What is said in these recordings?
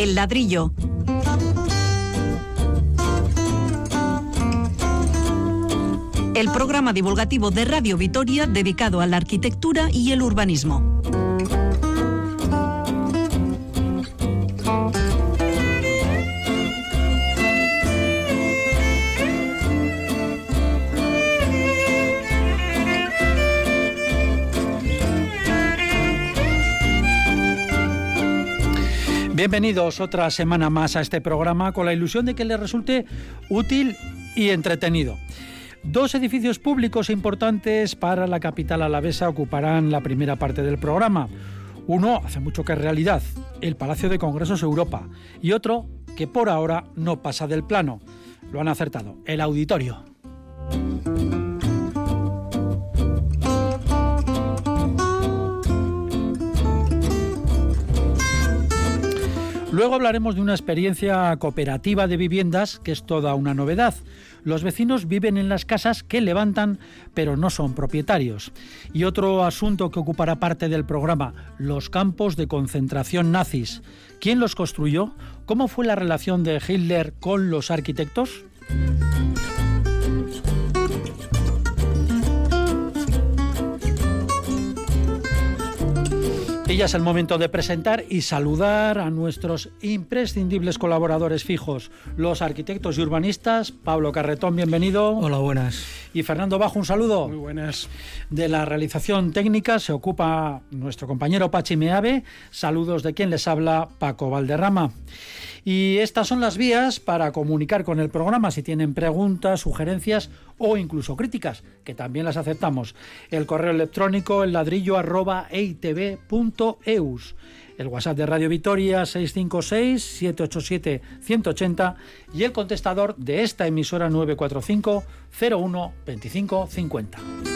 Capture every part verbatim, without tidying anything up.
El Ladrillo. El programa divulgativo de Radio Vitoria dedicado a la arquitectura y el urbanismo. Bienvenidos otra semana más a este programa con la ilusión de que les resulte útil y entretenido. Dos edificios públicos importantes para la capital alavesa ocuparán la primera parte del programa. Uno hace mucho que es realidad, el Palacio de Congresos Europa, y otro que por ahora no pasa del plano. Lo han acertado, el Auditorio. Luego hablaremos de una experiencia cooperativa de viviendas que es toda una novedad. Los vecinos viven en las casas que levantan, pero no son propietarios. Y otro asunto que ocupará parte del programa, los campos de concentración nazis. ¿Quién los construyó? ¿Cómo fue la relación de Hitler con los arquitectos? Y ya es el momento de presentar y saludar a nuestros imprescindibles colaboradores fijos, los arquitectos y urbanistas. Pablo Carretón, bienvenido. Hola, buenas. Y Fernando Bajo, un saludo. Muy buenas. De la realización técnica se ocupa nuestro compañero Pachi Meave. Saludos de quien les habla, Paco Valderrama. Y estas son las vías para comunicar con el programa si tienen preguntas, sugerencias o incluso críticas, que también las aceptamos. El correo electrónico el ladrillo arroba e i te ve punto eus. El WhatsApp de Radio Vitoria seis cinco seis, siete ocho siete, uno ocho cero y el contestador de esta emisora nueve cuatro cinco, cero uno, veinticinco cincuenta.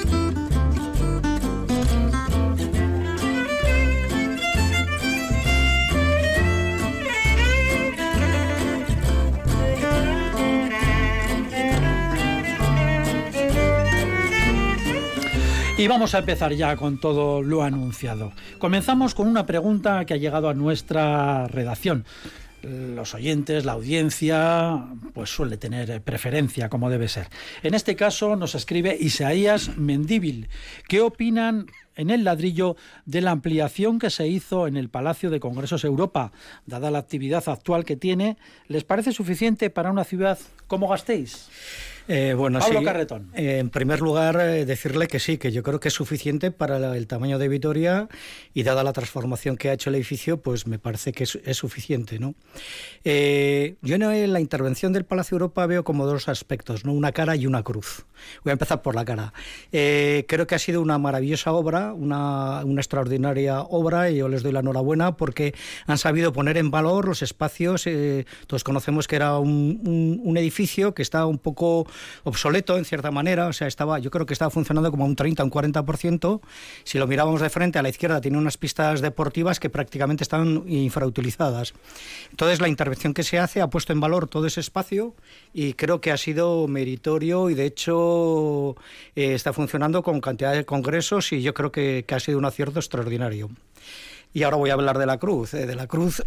Y vamos a empezar ya con todo lo anunciado. Comenzamos con una pregunta que ha llegado a nuestra redacción. Los oyentes, la audiencia, pues suele tener preferencia, como debe ser. En este caso nos escribe Isaías Mendíbil. ¿Qué opinan en El Ladrillo de la ampliación que se hizo en el Palacio de Congresos Europa? Dada la actividad actual que tiene, ¿les parece suficiente para una ciudad como Gasteiz? Eh, bueno, Pablo sí. Carretón. Eh, en primer lugar, eh, decirle que sí, que yo creo que es suficiente para la, el tamaño de Vitoria y dada la transformación que ha hecho el edificio, pues me parece que es, es suficiente, ¿no? Eh, yo en la intervención del Palacio Europa veo como dos aspectos, ¿no? Una cara y una cruz. Voy a empezar por la cara. Eh, creo que ha sido una maravillosa obra, una, una extraordinaria obra, y yo les doy la enhorabuena porque han sabido poner en valor los espacios. Eh, todos conocemos que era un, un, un edificio que estaba un poco obsoleto en cierta manera, o sea, estaba, yo creo que estaba funcionando como un treinta, un cuarenta por ciento. Si lo mirábamos de frente, a la izquierda tiene unas pistas deportivas que prácticamente estaban infrautilizadas. Entonces la intervención que se hace ha puesto en valor todo ese espacio y creo que ha sido meritorio y de hecho eh, está funcionando con cantidad de congresos y yo creo que, que ha sido un acierto extraordinario. Y ahora voy a hablar de la cruz. Eh, de la cruz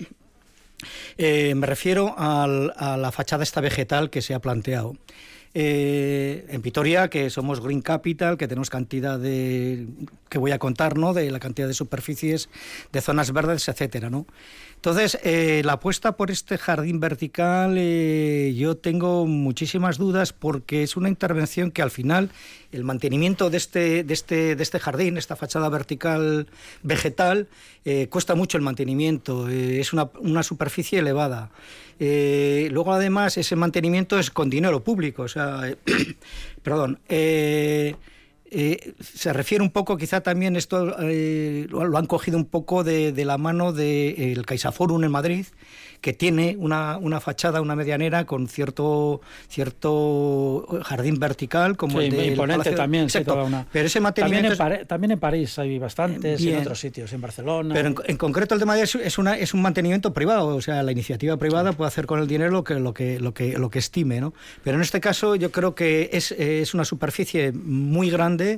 Eh, me refiero al, a la fachada esta vegetal que se ha planteado. Eh, en Vitoria, que somos Green Capital, que tenemos cantidad de, que voy a contar, ¿no?, de la cantidad de superficies, de zonas verdes, etcétera, ¿no? Entonces, eh, la apuesta por este jardín vertical, eh, yo tengo muchísimas dudas porque es una intervención que al final el mantenimiento de este, de este, de este jardín, esta fachada vertical vegetal, eh, cuesta mucho el mantenimiento, eh, es una, una superficie elevada. Eh, luego, además, ese mantenimiento es con dinero público, o sea, eh, perdón, eh, Eh, se refiere un poco, quizá también esto eh, lo, lo han cogido un poco de, de la mano del de, eh, CaixaForum en Madrid, que tiene una, una fachada, una medianera con cierto cierto jardín vertical, como sí, el de imponente Palacio. también. Exacto. Sí, toda una... Pero ese mantenimiento también, en es... también en París hay bastantes, Bien. En otros sitios, en Barcelona. Pero en, en concreto el de Madrid es, es, una, es un mantenimiento privado, o sea, la iniciativa privada puede hacer con el dinero lo que, lo que, lo que, lo que estime, ¿no? Pero en este caso yo creo que es, es una superficie muy grande grande,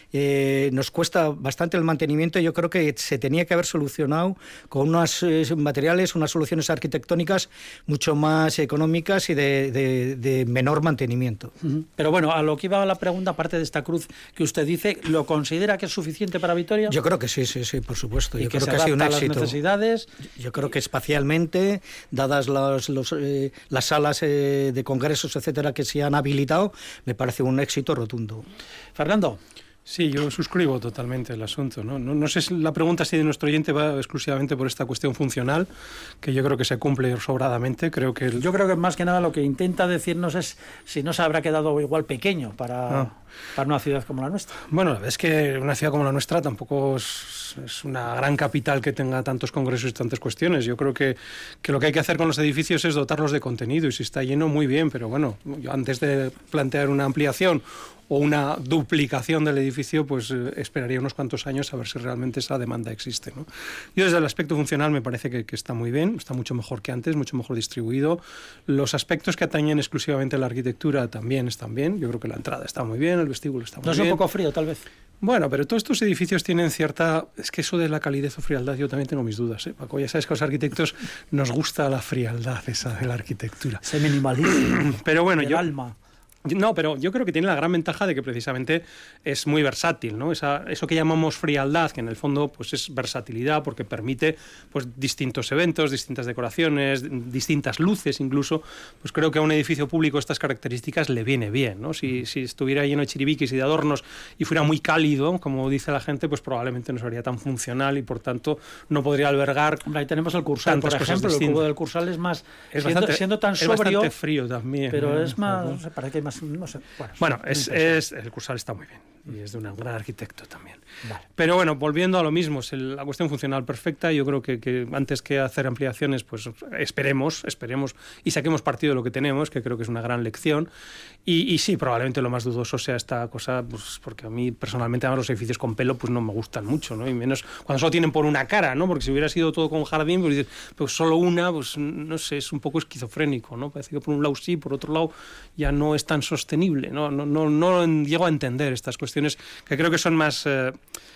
eh, nos cuesta bastante el mantenimiento. Yo creo que se tenía que haber solucionado con unos eh, materiales, unas soluciones arquitectónicas mucho más económicas y de, de, de menor mantenimiento. Uh-huh. Pero bueno, a lo que iba la pregunta, aparte de esta cruz que usted dice, ¿lo considera que es suficiente para Vitoria? Yo creo que sí, sí, sí, por supuesto. ¿Y Yo que creo se que ha sido un adapta a éxito. las necesidades? Yo creo que espacialmente, dadas los, los, eh, las salas eh, de congresos, etcétera, que se han habilitado, me parece un éxito rotundo. Fernando. Sí, yo suscribo totalmente el asunto, ¿no? No, no sé si la pregunta si de nuestro oyente va exclusivamente por esta cuestión funcional, que yo creo que se cumple sobradamente. Creo que el... Yo creo que más que nada lo que intenta decirnos es si no se habrá quedado igual pequeño para, no. para una ciudad como la nuestra. Bueno, es que una ciudad como la nuestra tampoco es, es una gran capital que tenga tantos congresos y tantas cuestiones. Yo creo que, que lo que hay que hacer con los edificios es dotarlos de contenido, y si está lleno, muy bien, pero bueno, yo antes de plantear una ampliación o una duplicación del edificio, pues eh, esperaría unos cuantos años a ver si realmente esa demanda existe, ¿no? Yo desde el aspecto funcional me parece que, que está muy bien, está mucho mejor que antes, mucho mejor distribuido. Los aspectos que atañen exclusivamente a la arquitectura también están bien. Yo creo que la entrada está muy bien, el vestíbulo está muy bien. ¿No es un poco frío, tal vez? Bueno, pero todos estos edificios tienen cierta... Es que eso de la calidez o frialdad yo también tengo mis dudas, ¿eh, Paco? Ya sabes que a los arquitectos nos gusta la frialdad esa de la arquitectura. Ese minimalismo. Pero bueno, del yo... alma. No, pero yo creo que tiene la gran ventaja de que precisamente es muy versátil, ¿no? Esa, eso que llamamos frialdad, que en el fondo pues es versatilidad, porque permite pues distintos eventos, distintas decoraciones, distintas luces incluso. Pues creo que a un edificio público estas características le viene bien, ¿no? Si, si estuviera lleno de chiribiquis y de adornos y fuera muy cálido, como dice la gente, pues probablemente no sería tan funcional y por tanto no podría albergar. Hombre, ahí tenemos el Cursal, por ejemplo. El cubo del Cursal es más... Es siendo, bastante, siendo tan es sobrio... bastante frío también. Pero ¿eh? es más... No sé, parece que hay más... No sé, bueno, bueno es, es, el Cursal está muy bien y es de un gran arquitecto también. Vale. Pero bueno, volviendo a lo mismo, es el, la cuestión funcional perfecta. Yo creo que, que antes que hacer ampliaciones, pues esperemos, esperemos y saquemos partido de lo que tenemos, que creo que es una gran lección. Y, y sí, probablemente lo más dudoso sea esta cosa, pues porque a mí personalmente además los edificios con pelo pues no me gustan mucho, ¿no? Y menos cuando solo tienen por una cara, ¿no? Porque si hubiera sido todo con jardín, pues dices, pues solo una, pues no sé, es un poco esquizofrénico, ¿no? Parece que por un lado sí, por otro lado ya no es tan sostenible, ¿no? No, no, no llego a entender estas cuestiones que creo que son más... Eh,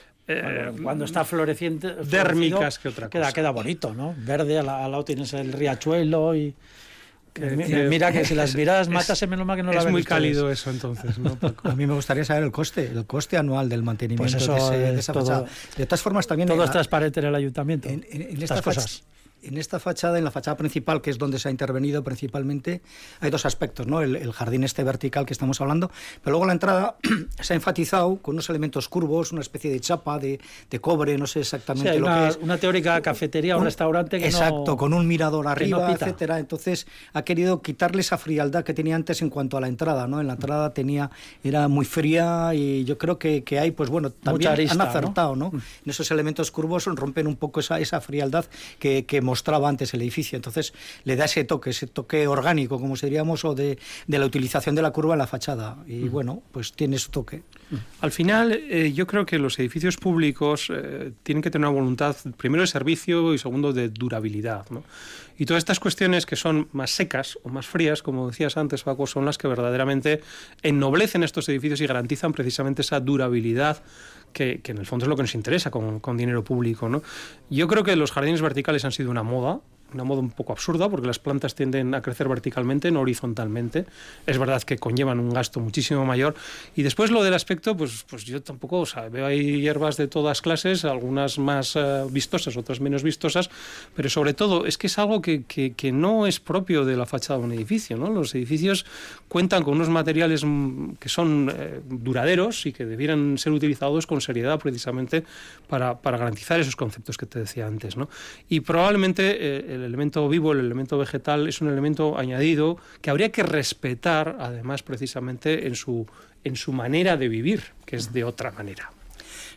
Eh, cuando está floreciente dérmicas que otra cosa. Queda, queda bonito, ¿no? Verde, al, al lado tienes el riachuelo y... Que, eh, mira que si las miradas matas, menos mal que no la ven. Es muy ustedes. cálido eso entonces, ¿no, Paco? A mí me gustaría saber el coste, el coste anual del mantenimiento pues eso de, ese, de es esa todo, fachada. De todas formas también... Todo en, es transparente en el ayuntamiento. En, en, en estas esta cosas. En esta fachada, en la fachada principal, que es donde se ha intervenido principalmente, hay dos aspectos, ¿no? El, el jardín este vertical que estamos hablando, pero luego la entrada se ha enfatizado con unos elementos curvos, una especie de chapa de, de cobre, no sé exactamente sí, hay lo una, que es. Una teórica cafetería, un, un restaurante que exacto, no, con un mirador arriba, no etcétera. Entonces ha querido quitarle esa frialdad que tenía antes en cuanto a la entrada, ¿no? En la entrada tenía, era muy fría y yo creo que, que hay, pues bueno, también arista, han acertado, ¿no? ¿no? En esos elementos curvos rompen un poco esa, esa frialdad que, que mostraba antes el edificio. Entonces le da ese toque, ese toque orgánico, como diríamos, o de, de la utilización de la curva en la fachada. Y mm. bueno, pues tiene su toque. Al final, eh, yo creo que los edificios públicos eh, tienen que tener una voluntad, primero de servicio y segundo de durabilidad, ¿no? Y todas estas cuestiones que son más secas o más frías, como decías antes, Paco, son las que verdaderamente ennoblecen estos edificios y garantizan precisamente esa durabilidad que, que en el fondo es lo que nos interesa con, con dinero público, ¿no? Yo creo que los jardines verticales han sido una moda, una moda un poco absurda, porque las plantas tienden a crecer verticalmente, no horizontalmente. Es verdad que conllevan un gasto muchísimo mayor. Y después lo del aspecto, pues, pues yo tampoco, o sea, veo ahí hierbas de todas clases, algunas más uh, vistosas, otras menos vistosas, pero sobre todo es que es algo que, que, que no es propio de la fachada de un edificio, ¿no? Los edificios cuentan con unos materiales que son eh, duraderos y que debieran ser utilizados con seriedad precisamente para, para garantizar esos conceptos que te decía antes, ¿no? Y probablemente eh, el elemento vivo, el elemento vegetal, es un elemento añadido que habría que respetar, además, precisamente en su, en su manera de vivir, que es de otra manera.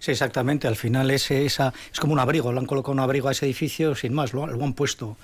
Sí, exactamente. Al final es, esa, es como un abrigo. Le han colocado un abrigo a ese edificio sin más, lo, lo han puesto.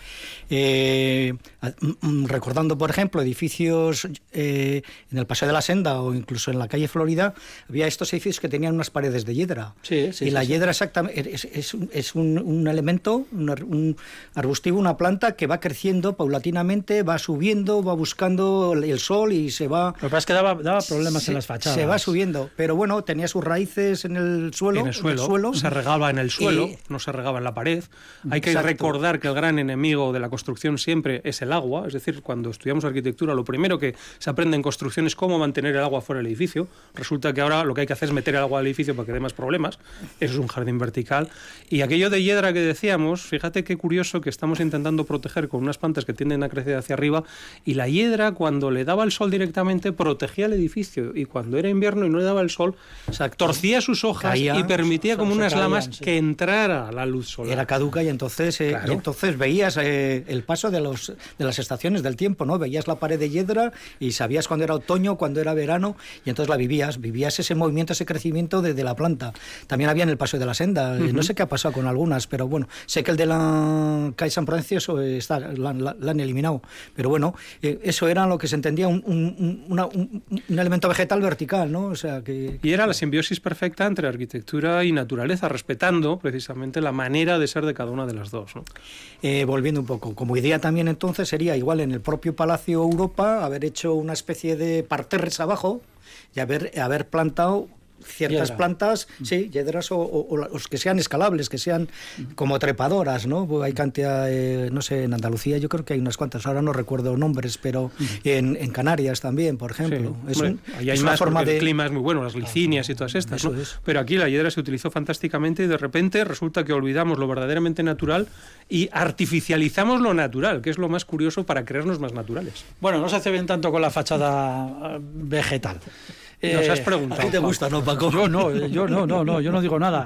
Eh, recordando, por ejemplo, edificios eh, en el Paseo de la Senda o incluso en la calle Florida, había estos edificios que tenían unas paredes de hiedra. Sí, sí, y sí, la sí. hiedra exactamente es, es, un, es un, un elemento, un, un arbustivo, una planta que va creciendo paulatinamente, va subiendo, va buscando el sol y se va... Lo que pasa es que daba, daba problemas se, en las fachadas. Se va subiendo, pero bueno, tenía sus raíces en el suelo. En el suelo, en el suelo. se regaba en el suelo, y... no se regaba en la pared. Hay que Exacto. recordar que el gran enemigo de la construcción siempre es el agua, es decir, cuando estudiamos arquitectura lo primero que se aprende en construcción es cómo mantener el agua fuera del edificio. Resulta que ahora lo que hay que hacer es meter el agua al edificio para que dé más problemas. Eso es un jardín vertical. Y aquello de hiedra que decíamos, fíjate qué curioso que estamos intentando proteger con unas plantas que tienden a crecer hacia arriba, y la hiedra cuando le daba el sol directamente protegía el edificio, y cuando era invierno y no le daba el sol, Exacto. torcía sus hojas Caía, y permitía como se unas caían, lamas sí. que entrara la luz solar. Era caduca y entonces eh, Claro. y entonces veías eh, el paso de los de las estaciones del tiempo, ¿no? Veías la pared de hiedra y sabías cuándo era otoño, cuándo era verano, y entonces la vivías, vivías ese movimiento, ese crecimiento de, de la planta. También había en el Paseo de la Senda, uh-huh. No sé qué ha pasado con algunas, pero bueno, sé que el de la calle San Prudencio eso está, la, la, la han eliminado, pero bueno, eh, eso era lo que se entendía un, un, una, un, un elemento vegetal vertical, ¿no? O sea que... Y era la simbiosis perfecta entre arquitectura y naturaleza, respetando precisamente la manera de ser de cada una de las dos, ¿no? Eh, volviendo un poco, como idea también entonces sería igual en el propio Palacio Europa haber hecho una especie de parterres abajo y haber, haber plantado ciertas Hiedra. plantas, sí, hiedras o, o, o los que sean escalables, que sean como trepadoras, ¿no? Pues hay cantidad, eh, no sé, en Andalucía yo creo que hay unas cuantas, ahora no recuerdo nombres, pero en, en Canarias también, por ejemplo. Sí, es hombre, un, ahí hay es más una forma porque de... el clima es muy bueno, las licinias y todas estas, Eso ¿no? es. Pero aquí la hiedra se utilizó fantásticamente y de repente resulta que olvidamos lo verdaderamente natural y artificializamos lo natural, que es lo más curioso para creernos más naturales. Bueno, no se hace bien tanto con la fachada eh, vegetal. Nos has Eh, preguntado. A ti te gusta, ¿no, Paco? Yo no, yo no, no, no, yo no digo nada.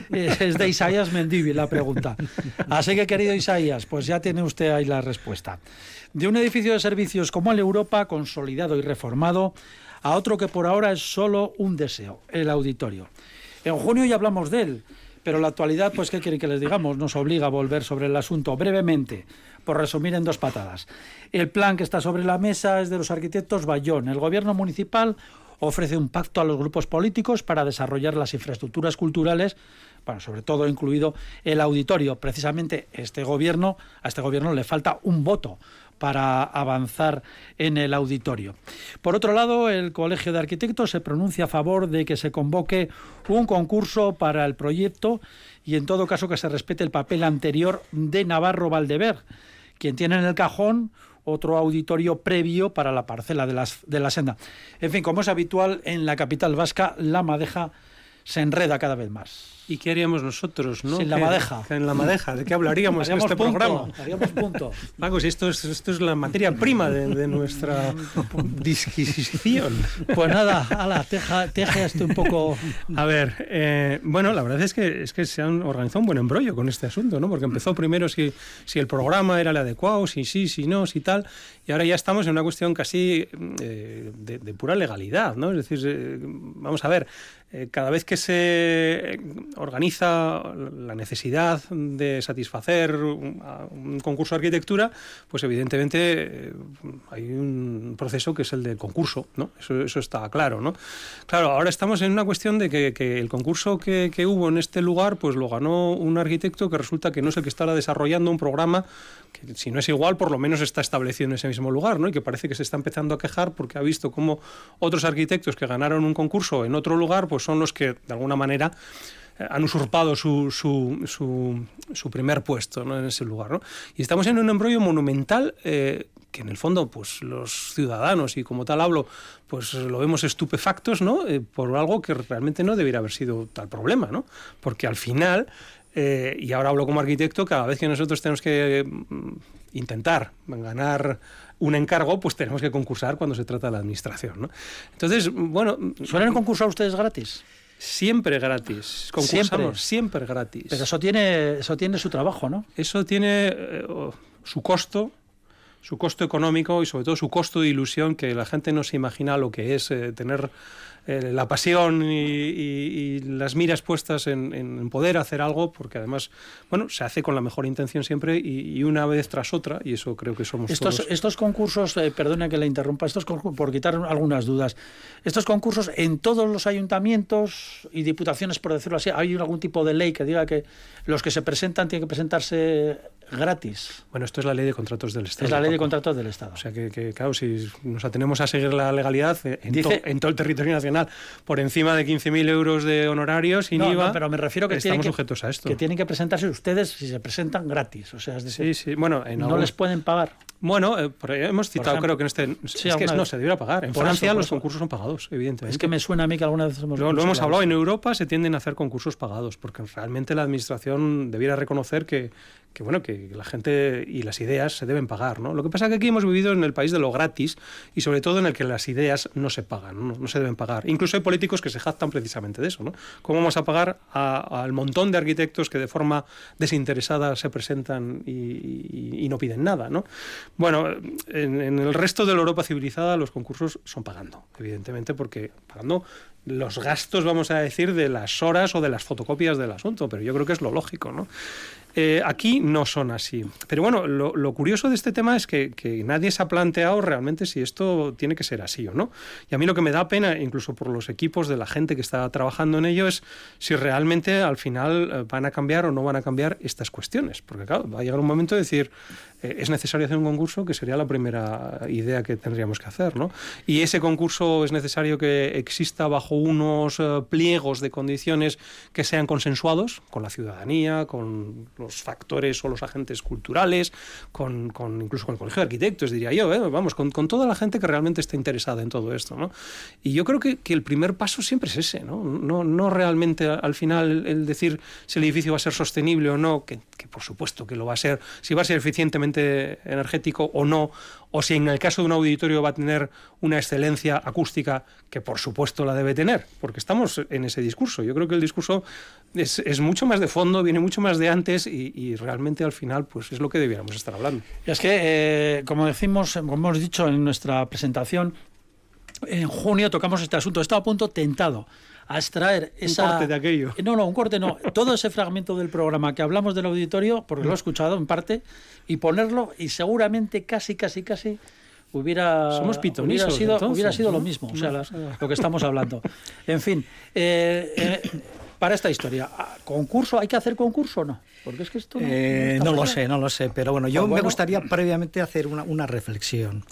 Es de Isaías Mendivi la pregunta. Así que, querido Isaías, pues ya tiene usted ahí la respuesta. De un edificio de servicios como el Europa, consolidado y reformado, a otro que por ahora es solo un deseo, el auditorio. En junio ya hablamos de él, pero la actualidad, pues, ¿qué quieren que les digamos? Nos obliga a volver sobre el asunto brevemente, por resumir en dos patadas. El plan que está sobre la mesa es de los arquitectos Bayón. El gobierno municipal ofrece un pacto a los grupos políticos para desarrollar las infraestructuras culturales, bueno, sobre todo incluido el auditorio. Precisamente este gobierno, a este gobierno le falta un voto para avanzar en el auditorio. Por otro lado, el Colegio de Arquitectos se pronuncia a favor de que se convoque un concurso para el proyecto y en todo caso que se respete el papel anterior de Navarro Valdeber, quien tiene en el cajón otro auditorio previo para la parcela de, las, de la Senda. En fin, como es habitual en la capital vasca, la madeja se enreda cada vez más. ¿Y qué haríamos nosotros, no? Sin la ¿Qué- madeja. En la madeja, ¿de qué hablaríamos en Haríamos este punto, programa? haríamos punto. Paco, si esto es, esto es la materia prima de, de nuestra disquisición. Pues nada, ala, teja, teja esto un poco... A ver, eh, bueno, la verdad es que es que se han organizado un buen embrollo con este asunto, ¿no? Porque empezó primero si, si el programa era el adecuado, si sí, si no, si tal, y ahora ya estamos en una cuestión casi eh, de, de pura legalidad, ¿no? Es decir, eh, vamos a ver, eh, cada vez que se organiza la necesidad de satisfacer un, un concurso de arquitectura, pues evidentemente eh, hay un proceso que es el del concurso, ¿no? Eso, eso está claro, ¿no? Claro, ahora estamos en una cuestión de que, que el concurso que, que hubo en este lugar, pues lo ganó un arquitecto que resulta que no es el que está desarrollando un programa que, si no es igual, por lo menos está establecido en ese mismo lugar, ¿no? Y que parece que se está empezando a quejar porque ha visto cómo otros arquitectos que ganaron un concurso en otro lugar, pues son los que, de alguna manera, han usurpado su, su, su, su primer puesto, ¿no? En ese lugar, ¿no? Y estamos en un embrollo monumental eh, que en el fondo pues los ciudadanos, y como tal hablo, pues lo vemos estupefactos, ¿no? Eh, por algo que realmente no debiera haber sido tal problema, ¿no? Porque al final, eh, y ahora hablo como arquitecto, cada vez que nosotros tenemos que eh, intentar ganar un encargo, pues tenemos que concursar cuando se trata de la administración, ¿no? Entonces, bueno... ¿Suelen concursar ustedes gratis? Siempre gratis. Concursamos siempre, siempre gratis. Pero eso tiene, eso tiene su trabajo, ¿no? Eso tiene eh, su costo, su costo económico y sobre todo su costo de ilusión, que la gente no se imagina lo que es eh, tener eh, la pasión y, y, y las miras puestas en, en poder hacer algo, porque además, bueno, se hace con la mejor intención siempre y, y una vez tras otra, y eso creo que somos estos, todos. Estos concursos, eh, perdone que le interrumpa, estos concursos, por quitar algunas dudas, estos concursos en todos los ayuntamientos y diputaciones, por decirlo así, ¿hay algún tipo de ley que diga que los que se presentan tienen que presentarse gratis? Bueno, esto es la ley de contratos del Estado. Es la ley de Paco. contratos del Estado. O sea que, que, claro, si nos atenemos a seguir la legalidad en, Dice, to, en todo el territorio nacional, por encima de quince mil euros de honorarios sin no, I V A, no, pero me refiero que estamos que, sujetos a esto. Que tienen que presentarse ustedes si se presentan gratis. O sea, es decir, sí, sí. Bueno, en no algún... les pueden pagar. Bueno, eh, hemos citado, creo que en este... Sí, es que vez. no, se debiera pagar. En por Francia eso, los eso. concursos son pagados, evidentemente. Es que me suena a mí que alguna vez hemos... Lo, lo hemos hablado, en Europa se tienden a hacer concursos pagados, porque realmente la administración debiera reconocer que, que, bueno, que la gente y las ideas se deben pagar, ¿no? Lo que pasa es que aquí hemos vivido en el país de lo gratis y sobre todo en el que las ideas no se pagan, no, no se deben pagar. Incluso hay políticos que se jactan precisamente de eso, ¿no? ¿Cómo vamos a pagar a, al montón de arquitectos que de forma desinteresada se presentan y, y, y no piden nada, ¿no? Bueno, en, en el resto de la Europa civilizada los concursos son pagando, evidentemente, porque pagando los gastos, vamos a decir, de las horas o de las fotocopias del asunto, pero yo creo que es lo lógico, ¿no? Eh, aquí no son así. Pero bueno, lo, lo curioso de este tema es que, que nadie se ha planteado realmente si esto tiene que ser así o no. Y a mí lo que me da pena, incluso por los equipos de la gente que está trabajando en ello, es si realmente al final van a cambiar o no van a cambiar estas cuestiones. Porque claro, va a llegar un momento de decir, eh, es necesario hacer un concurso, que sería la primera idea que tendríamos que hacer, ¿no? Y ese concurso es necesario que exista bajo unos eh, pliegos de condiciones que sean consensuados con la ciudadanía, con los factores o los agentes culturales, con, con incluso con el Colegio de Arquitectos, diría yo, ¿eh? Vamos, con, con toda la gente que realmente está interesada en todo esto, ¿no? Y yo creo que, que el primer paso siempre es ese, ¿no? No, no realmente al final el decir si el edificio va a ser sostenible o no, que, que por supuesto que lo va a ser, si va a ser eficientemente energético o no, o si en el caso de un auditorio va a tener una excelencia acústica, que por supuesto la debe tener, porque estamos en ese discurso. Yo creo que el discurso es, es mucho más de fondo, viene mucho más de antes y, y realmente al final pues es lo que debiéramos estar hablando. Y es que, eh, como decimos, como hemos dicho en nuestra presentación, en junio tocamos este asunto. He estado a punto tentado a extraer esa... Un corte de aquello. No, no, un corte no. Todo ese fragmento del programa que hablamos del auditorio, porque lo he escuchado en parte, y ponerlo, y seguramente casi, casi, casi hubiera, Somos pitonisos, hubiera sido, entonces, hubiera sido ¿no? lo mismo, o sea, No, la, lo que estamos hablando. En fin, eh, eh, para esta historia, ¿concurso? ¿Hay que hacer concurso o no? Porque es que esto no, eh, no, no lo sé, no lo sé, pero bueno, yo pues bueno, me gustaría previamente hacer una, una reflexión.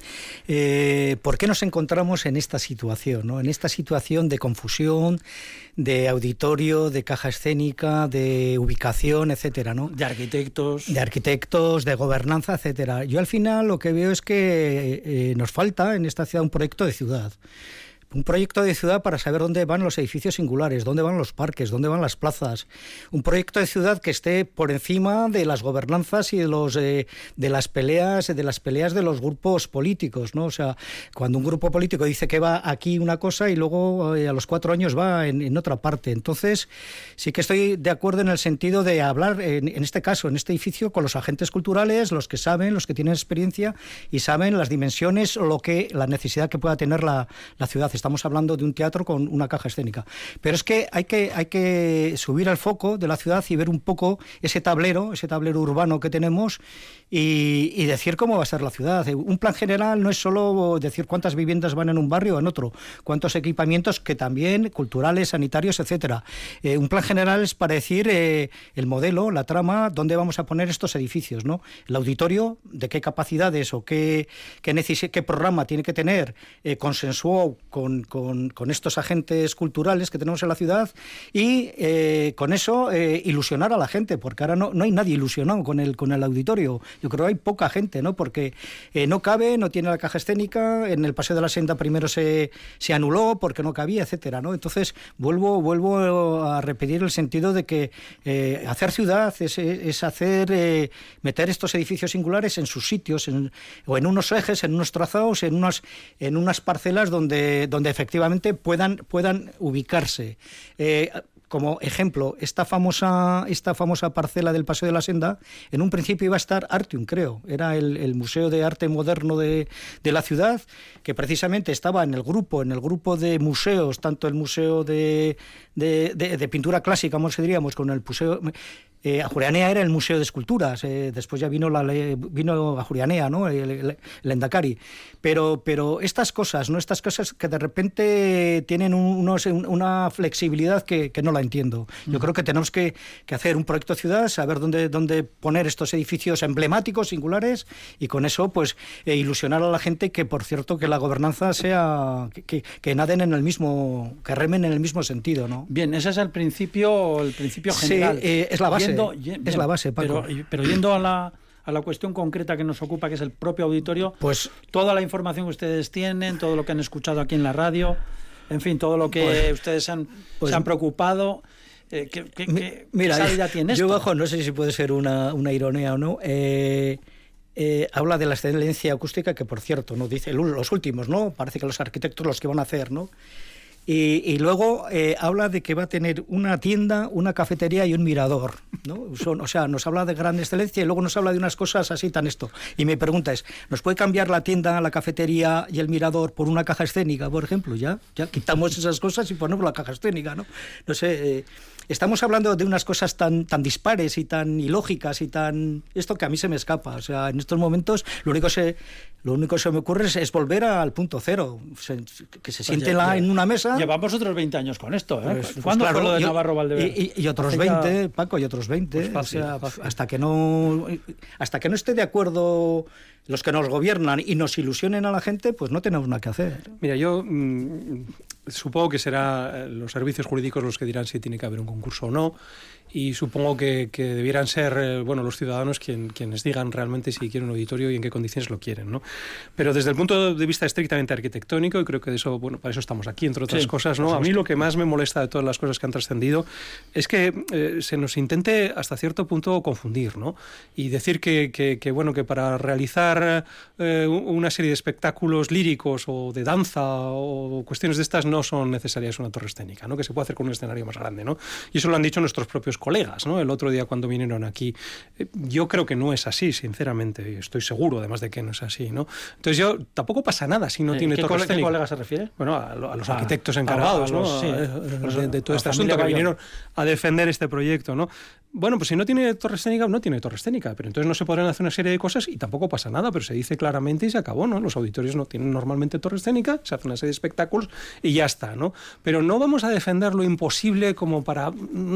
Eh, ¿Por qué nos encontramos en esta situación, ¿no? En esta situación de confusión, de auditorio, de caja escénica, de ubicación, etcétera, ¿no? De arquitectos. De arquitectos, de gobernanza, etcétera. Yo al final lo que veo es que eh, nos falta en esta ciudad un proyecto de ciudad. Un proyecto de ciudad para saber dónde van los edificios singulares, dónde van los parques, dónde van las plazas. Un proyecto de ciudad que esté por encima de las gobernanzas y de los eh, de las peleas de las peleas de los grupos políticos, ¿no? O sea, cuando un grupo político dice que va aquí una cosa y luego eh, a los cuatro años va en, en otra parte. Entonces, sí que estoy de acuerdo en el sentido de hablar, en, en este caso, en este edificio, con los agentes culturales, los que saben, los que tienen experiencia y saben las dimensiones o lo que la necesidad que pueda tener la, la ciudad. Estamos hablando de un teatro con una caja escénica. Pero es que hay que hay que subir al foco de la ciudad y ver un poco ese tablero, ese tablero urbano que tenemos y, y decir cómo va a ser la ciudad. Un plan general no es solo decir cuántas viviendas van en un barrio o en otro, cuántos equipamientos que también, culturales, sanitarios, etcétera. Eh, un plan general es para decir eh, el modelo, la trama, dónde vamos a poner estos edificios, ¿no? El auditorio, de qué capacidades o qué, qué, neces- qué programa tiene que tener eh, consensuado con Con, con estos agentes culturales que tenemos en la ciudad y eh, con eso eh, ilusionar a la gente, porque ahora no, no hay nadie ilusionado con el, con el auditorio. Yo creo que hay poca gente, ¿no? Porque eh, no cabe, no tiene la caja escénica, en el Paseo de la Senda primero se, se anuló porque no cabía, etcétera, ¿no? Entonces vuelvo, vuelvo a repetir el sentido de que eh, hacer ciudad es, es hacer eh, meter estos edificios singulares en sus sitios en, o en unos ejes, en unos trazados, en unas, en unas parcelas donde, donde efectivamente puedan, puedan ubicarse. Eh, como ejemplo, esta famosa, esta famosa parcela del Paseo de la Senda, en un principio iba a estar Artium, creo, era el, el Museo de Arte Moderno de, de la ciudad, que precisamente estaba en el grupo, en el grupo de museos, tanto el Museo de, de, de, de Pintura Clásica, como se diríamos, con el Museo... Eh, Ajurianea era el Museo de Esculturas, eh, después ya vino la vino Ajurianea, ¿no? el, el, el Endacari, pero, pero estas cosas, ¿no? Estas cosas que de repente tienen un, unos, una flexibilidad que, que no la entiendo. Yo uh-huh. creo que tenemos que, que hacer un proyecto ciudad, saber dónde, dónde poner estos edificios emblemáticos, singulares, y con eso pues eh, ilusionar a la gente que, por cierto, que la gobernanza sea, que, que, que naden en el mismo, que remen en el mismo sentido, ¿no? Bien, ese es el principio, el principio general. Sí, eh, es la base. Yendo, es bien, la base, Paco. Pero, pero yendo a la, a la cuestión concreta que nos ocupa, que es el propio auditorio, pues toda la información que ustedes tienen, todo lo que han escuchado aquí en la radio, en fin, todo lo que pues, ustedes han, pues, se han preocupado, eh, ¿qué, qué, qué mira, salida tiene yo esto? bajo, no sé si puede ser una, una ironía o no, eh, eh, habla de la excelencia acústica, que por cierto, no dice los últimos, ¿no? Parece que los arquitectos los que van a hacer, ¿no? Y, y luego eh, habla de que va a tener una tienda, una cafetería y un mirador, ¿no? Son, o sea, nos habla de gran excelencia y luego nos habla de unas cosas así tan esto. Y mi pregunta es, ¿nos puede cambiar la tienda, la cafetería y el mirador por una caja escénica, por ejemplo? Ya, ya quitamos esas cosas y ponemos la caja escénica, ¿no? No sé, eh, estamos hablando de unas cosas tan, tan dispares y tan ilógicas y tan... Esto que a mí se me escapa. O sea, en estos momentos lo único, se, lo único que se me ocurre es, es volver al punto cero. Se, que se pues sienten ya, ya. en una mesa... Llevamos otros veinte años con esto, ¿eh? Pues, pues ¿Cuándo claro, fue lo de yo, Navarro Valdeverde? Y, y, y otros veinte, Paco, y otros veinte. Pues fácil, o sea, fácil. hasta que no hasta que no esté de acuerdo los que nos gobiernan y nos ilusionen a la gente, pues no tenemos nada que hacer. Mira, yo mmm, supongo que será los servicios jurídicos los que dirán si tiene que haber un concurso o no. Y supongo que, que debieran ser eh, bueno, los ciudadanos quien, quienes digan realmente si quieren un auditorio y en qué condiciones lo quieren, ¿no? Pero desde el punto de vista estrictamente arquitectónico, y creo que de eso, bueno, para eso estamos aquí, entre otras sí, cosas, ¿no? A mí lo que más me molesta de todas las cosas que han trascendido es que eh, se nos intente hasta cierto punto confundir, ¿no? Y decir que, que, que bueno, que para realizar eh, una serie de espectáculos líricos o de danza o cuestiones de estas no son necesarias una torre escénica, ¿no? Que se puede hacer con un escenario más grande, ¿no? Y eso lo han dicho nuestros propios colegas, ¿no? El otro día cuando vinieron aquí. Yo creo que no es así, sinceramente. Estoy seguro, además, de que no es así, ¿no? Entonces yo tampoco pasa nada si no eh, tiene torre escénica. ¿Qué colega se refiere? Bueno, a, a los ah, arquitectos encargados, a, a los, ¿no? Sí, a, de, de todo este asunto que vinieron a defender este proyecto, ¿no? Bueno, pues si no tiene torre escénica, no tiene torre escénica, pero entonces no se podrán hacer una serie de cosas y tampoco pasa nada, pero se dice claramente y se acabó, ¿no? Los auditorios no tienen normalmente torre escénica, se hace una serie de espectáculos y ya está, ¿no? Pero no vamos a defender lo imposible como para,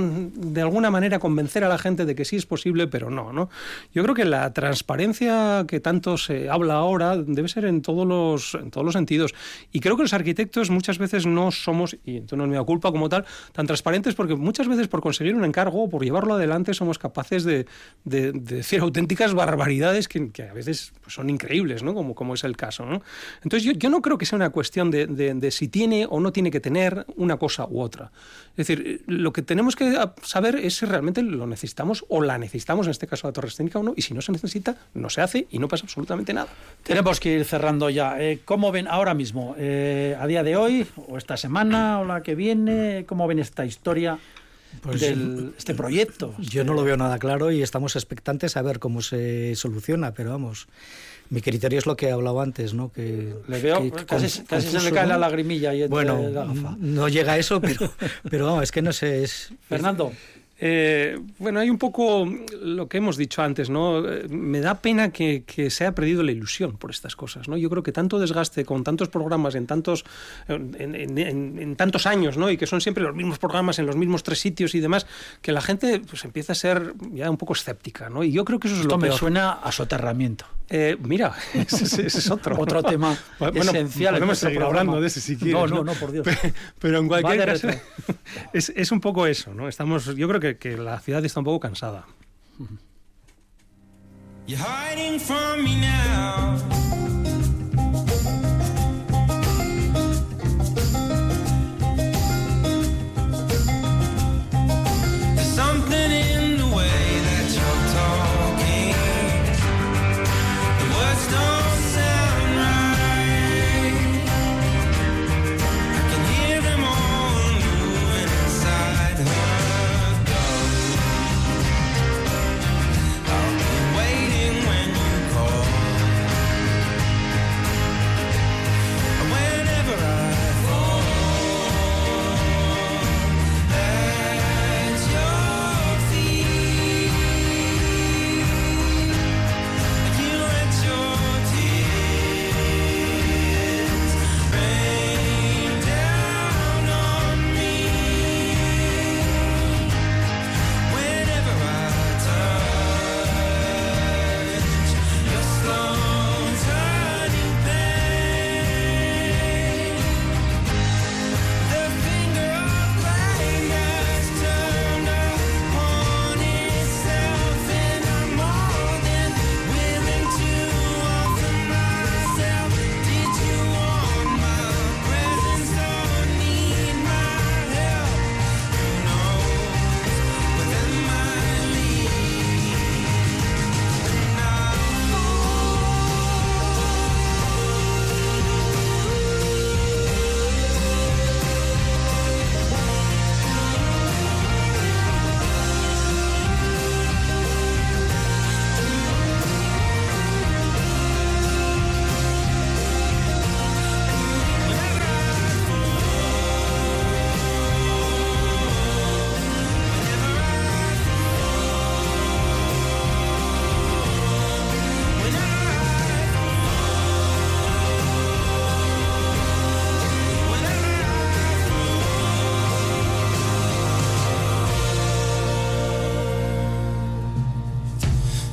de alguna manera, convencer a la gente de que sí es posible, pero no, ¿no? Yo creo que la transparencia que tanto se habla ahora debe ser en todos los, en todos los sentidos. Y creo que los arquitectos muchas veces no somos, y entonces no es mi culpa como tal, tan transparentes, porque muchas veces por conseguir un encargo o por llevarlo adelante somos capaces de, de, de decir auténticas barbaridades que, que a veces pues, son increíbles, ¿no? Como, como es el caso, ¿no? Entonces yo, yo no creo que sea una cuestión de, de, de si tiene o no tiene que tener una cosa u otra. Es decir, lo que tenemos que saber es si realmente lo necesitamos o la necesitamos, en este caso la torre escénica o no, y si no se necesita, no se hace y no pasa absolutamente nada. Tenemos que ir cerrando ya. Eh, ¿Cómo ven ahora mismo, eh, a día de hoy, o esta semana, o la que viene, cómo ven esta historia? Pues de este proyecto. Yo no lo veo nada claro y estamos expectantes a ver cómo se soluciona, pero vamos, mi criterio es lo que he hablado antes, ¿no? Que le veo que casi, con, casi se le cae, ¿no?, la lagrimilla y bueno, la gafa. No llega a eso, pero, pero vamos, es que no sé. Es, Fernando. Eh, bueno, hay un poco lo que hemos dicho antes, ¿no? Me da pena que, que se haya perdido la ilusión por estas cosas, ¿no? Yo creo que tanto desgaste con tantos programas en tantos, en, en, en, en tantos años, ¿no? Y que son siempre los mismos programas en los mismos tres sitios y demás, que la gente pues empieza a ser ya un poco escéptica, ¿no? Y yo creo que eso es Esto lo peor. me suena a soterramiento. Eh, mira, ese, ese es otro otro tema bueno, esencial. Podemos seguir programa. hablando de ese si quieres. No, no, no, por Dios. Pero, pero en cualquier vale, caso, es, es un poco eso, ¿no? Estamos, yo creo que, que la ciudad está un poco cansada. You're hiding from me now. There's something in the way that you're talking. The words don't sound right. I can hear them all moving inside her.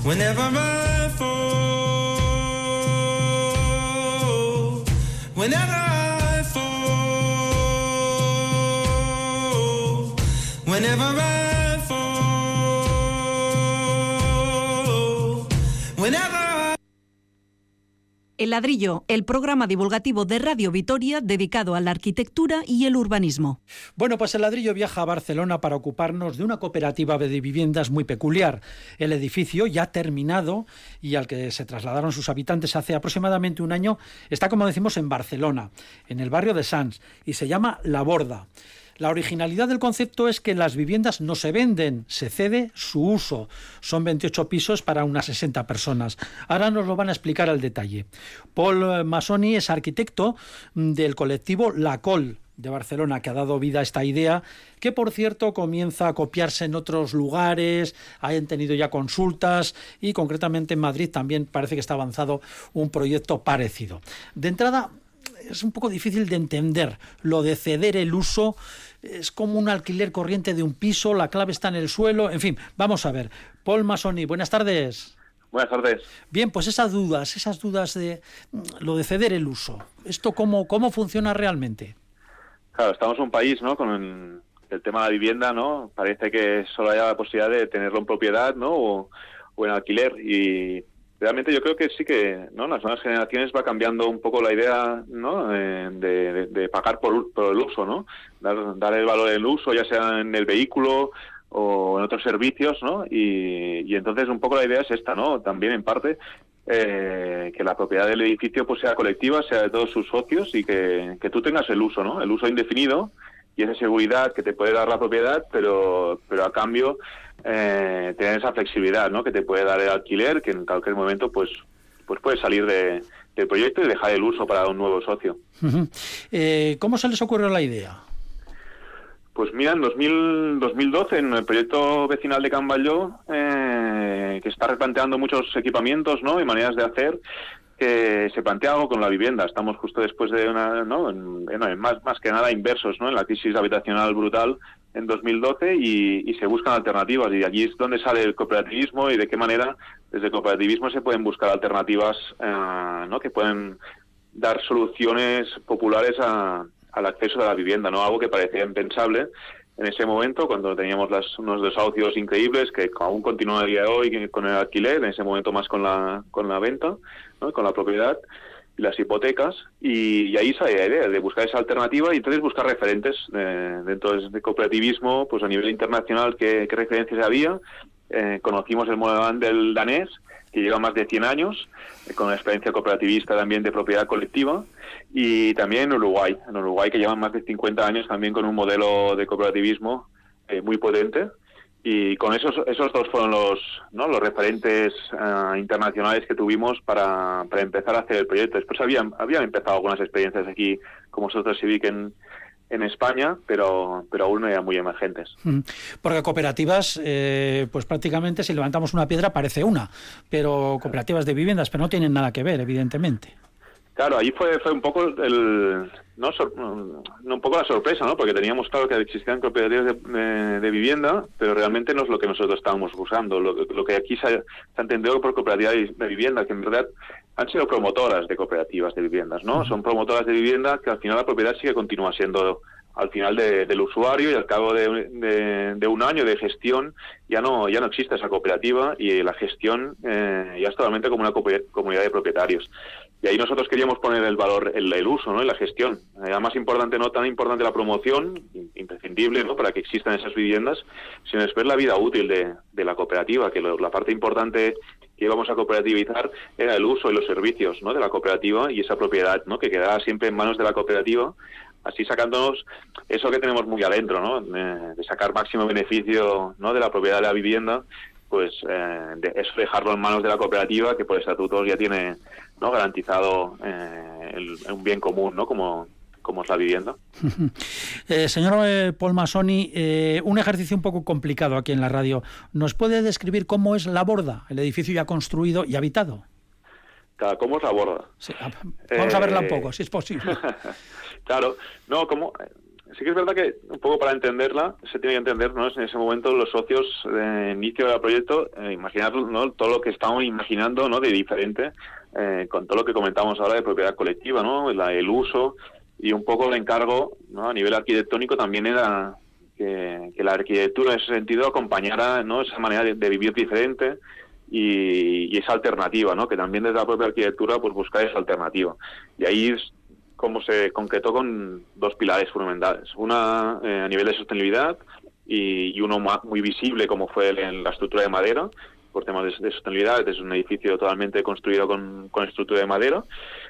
Whenever I fall, whenever I fall, whenever I fall, whenever I... El Ladrillo, el programa divulgativo de Radio Vitoria dedicado a la arquitectura y el urbanismo. Bueno, pues El Ladrillo viaja a Barcelona para ocuparnos de una cooperativa de viviendas muy peculiar. El edificio, ya terminado y al que se trasladaron sus habitantes hace aproximadamente un año, está, como decimos, en Barcelona, en el barrio de Sants, y se llama La Borda. La originalidad del concepto es que las viviendas no se venden, se cede su uso. Son veintiocho pisos para unas sesenta personas. Ahora nos lo van a explicar al detalle. Paul Masoni es arquitecto del colectivo La Col de Barcelona, que ha dado vida a esta idea, que por cierto comienza a copiarse en otros lugares, hayan tenido ya consultas y concretamente en Madrid también parece que está avanzado un proyecto parecido. De entrada, es un poco difícil de entender lo de ceder el uso. Es como un alquiler corriente de un piso, la clave está en el suelo, en fin, vamos a ver. Paul Masoni, buenas tardes. Buenas tardes. Bien, pues esas dudas, esas dudas de lo de ceder el uso, ¿esto cómo, cómo funciona realmente? Claro, estamos en un país, ¿no?, con el, el tema de la vivienda, ¿no? Parece que solo haya la posibilidad de tenerlo en propiedad, ¿no?, o, o en alquiler, y realmente yo creo que sí que, ¿no?, las nuevas generaciones va cambiando un poco la idea, ¿no?, eh, de, de, de pagar por, por el uso, ¿no? Dar, dar el valor del uso, ya sea en el vehículo o en otros servicios, ¿no? Y, y entonces un poco la idea es esta, ¿no? También en parte eh, que la propiedad del edificio pues sea colectiva, sea de todos sus socios y que, que tú tengas el uso, ¿no? El uso indefinido y esa seguridad que te puede dar la propiedad, pero, pero a cambio Eh, tener esa flexibilidad, ¿no?, que te puede dar el alquiler, que en cualquier momento pues pues puedes salir de, del proyecto y dejar el uso para un nuevo socio. Uh-huh. Eh, ¿Cómo se les ocurrió la idea? Pues mira, en dos mil doce, en el proyecto vecinal de Can Batlló, eh, que está replanteando muchos equipamientos, ¿no?, y maneras de hacer, que se plantea algo con la vivienda. Estamos justo después de una, ¿no?, en, en, más, más que nada inversos, ¿no?, en la crisis habitacional brutal en dos mil doce y, y se buscan alternativas, y aquí es donde sale el cooperativismo y de qué manera desde el cooperativismo se pueden buscar alternativas, eh, ¿no?, que pueden dar soluciones populares a, al acceso a la vivienda, ¿no?, algo que parecía impensable en ese momento, cuando teníamos las, unos desahucios increíbles que aún continúan a día de hoy con el alquiler, en ese momento más con la con la venta, ¿no?, con la propiedad y las hipotecas, y, y ahí sale la idea de buscar esa alternativa y entonces buscar referentes eh, dentro del cooperativismo, pues a nivel internacional, qué, qué referencias había. Eh, conocimos el modelo del danés, que lleva más de cien años, eh, con experiencia cooperativista también de propiedad colectiva, y también en Uruguay, en Uruguay que llevan más de cincuenta años también con un modelo de cooperativismo eh, muy potente. Y con esos esos dos fueron los no los referentes uh, internacionales que tuvimos para, para empezar a hacer el proyecto. Después habían habían empezado algunas experiencias aquí como Soto Civic en, en España, pero pero aún no eran muy emergentes. Porque cooperativas, eh, pues prácticamente si levantamos una piedra parece una, pero cooperativas de viviendas, pero no tienen nada que ver, evidentemente. Claro, ahí fue fue un poco el no, sor, no un poco la sorpresa, ¿no? Porque teníamos claro que existían cooperativas de, de, de vivienda, pero realmente no es lo que nosotros estábamos buscando. Lo, lo que aquí se ha, se ha entendido por cooperativas de vivienda, que en verdad han sido promotoras de cooperativas de viviendas, ¿no? Uh-huh. Son promotoras de vivienda que al final la propiedad sí que continúa siendo al final de, del usuario, y al cabo de, de, de un año de gestión ya no ya no existe esa cooperativa y la gestión eh, ya es totalmente como una comunidad de propietarios. Y ahí nosotros queríamos poner el valor, el, el uso, ¿no?, y la gestión. Era más importante, no tan importante la promoción, imprescindible, ¿no?, para que existan esas viviendas, sino después la vida útil de, de la cooperativa, que lo, la parte importante que íbamos a cooperativizar era el uso y los servicios, ¿no?, de la cooperativa y esa propiedad, ¿no?, que quedara siempre en manos de la cooperativa, así sacándonos eso que tenemos muy adentro, ¿no?, de, de sacar máximo beneficio, ¿no?, de la propiedad de la vivienda, pues eh, de, es dejarlo en manos de la cooperativa, que por estatutos ya tiene, ¿no?, garantizado eh, el, un bien común, ¿no?, como, como es la vivienda. eh, señor eh, Paul Masoni, eh, un ejercicio un poco complicado aquí en la radio. ¿Nos puede describir cómo es La Borda, el edificio ya construido y habitado? Claro, ¿cómo es La Borda? Sí, vamos eh... a verla un poco, si es posible. Claro, no, como sí que es verdad que un poco para entenderla se tiene que entender, ¿no? En ese momento los socios de inicio del proyecto, eh, imaginar, ¿no? Todo lo que estamos imaginando, ¿no? De diferente, eh, con todo lo que comentamos ahora de propiedad colectiva, ¿no? La, el uso y un poco el encargo, ¿no? A nivel arquitectónico también era que, que la arquitectura en ese sentido acompañara, ¿no? Esa manera de, de vivir diferente y, y esa alternativa, ¿no? Que también desde la propia arquitectura pues buscar esa alternativa. Y ahí es como se concretó con dos pilares fundamentales. Una eh, a nivel de sostenibilidad y, y uno más, muy visible como fue el, en la estructura de madera, por temas de, de sostenibilidad. Es un edificio totalmente construido con, con estructura de madera.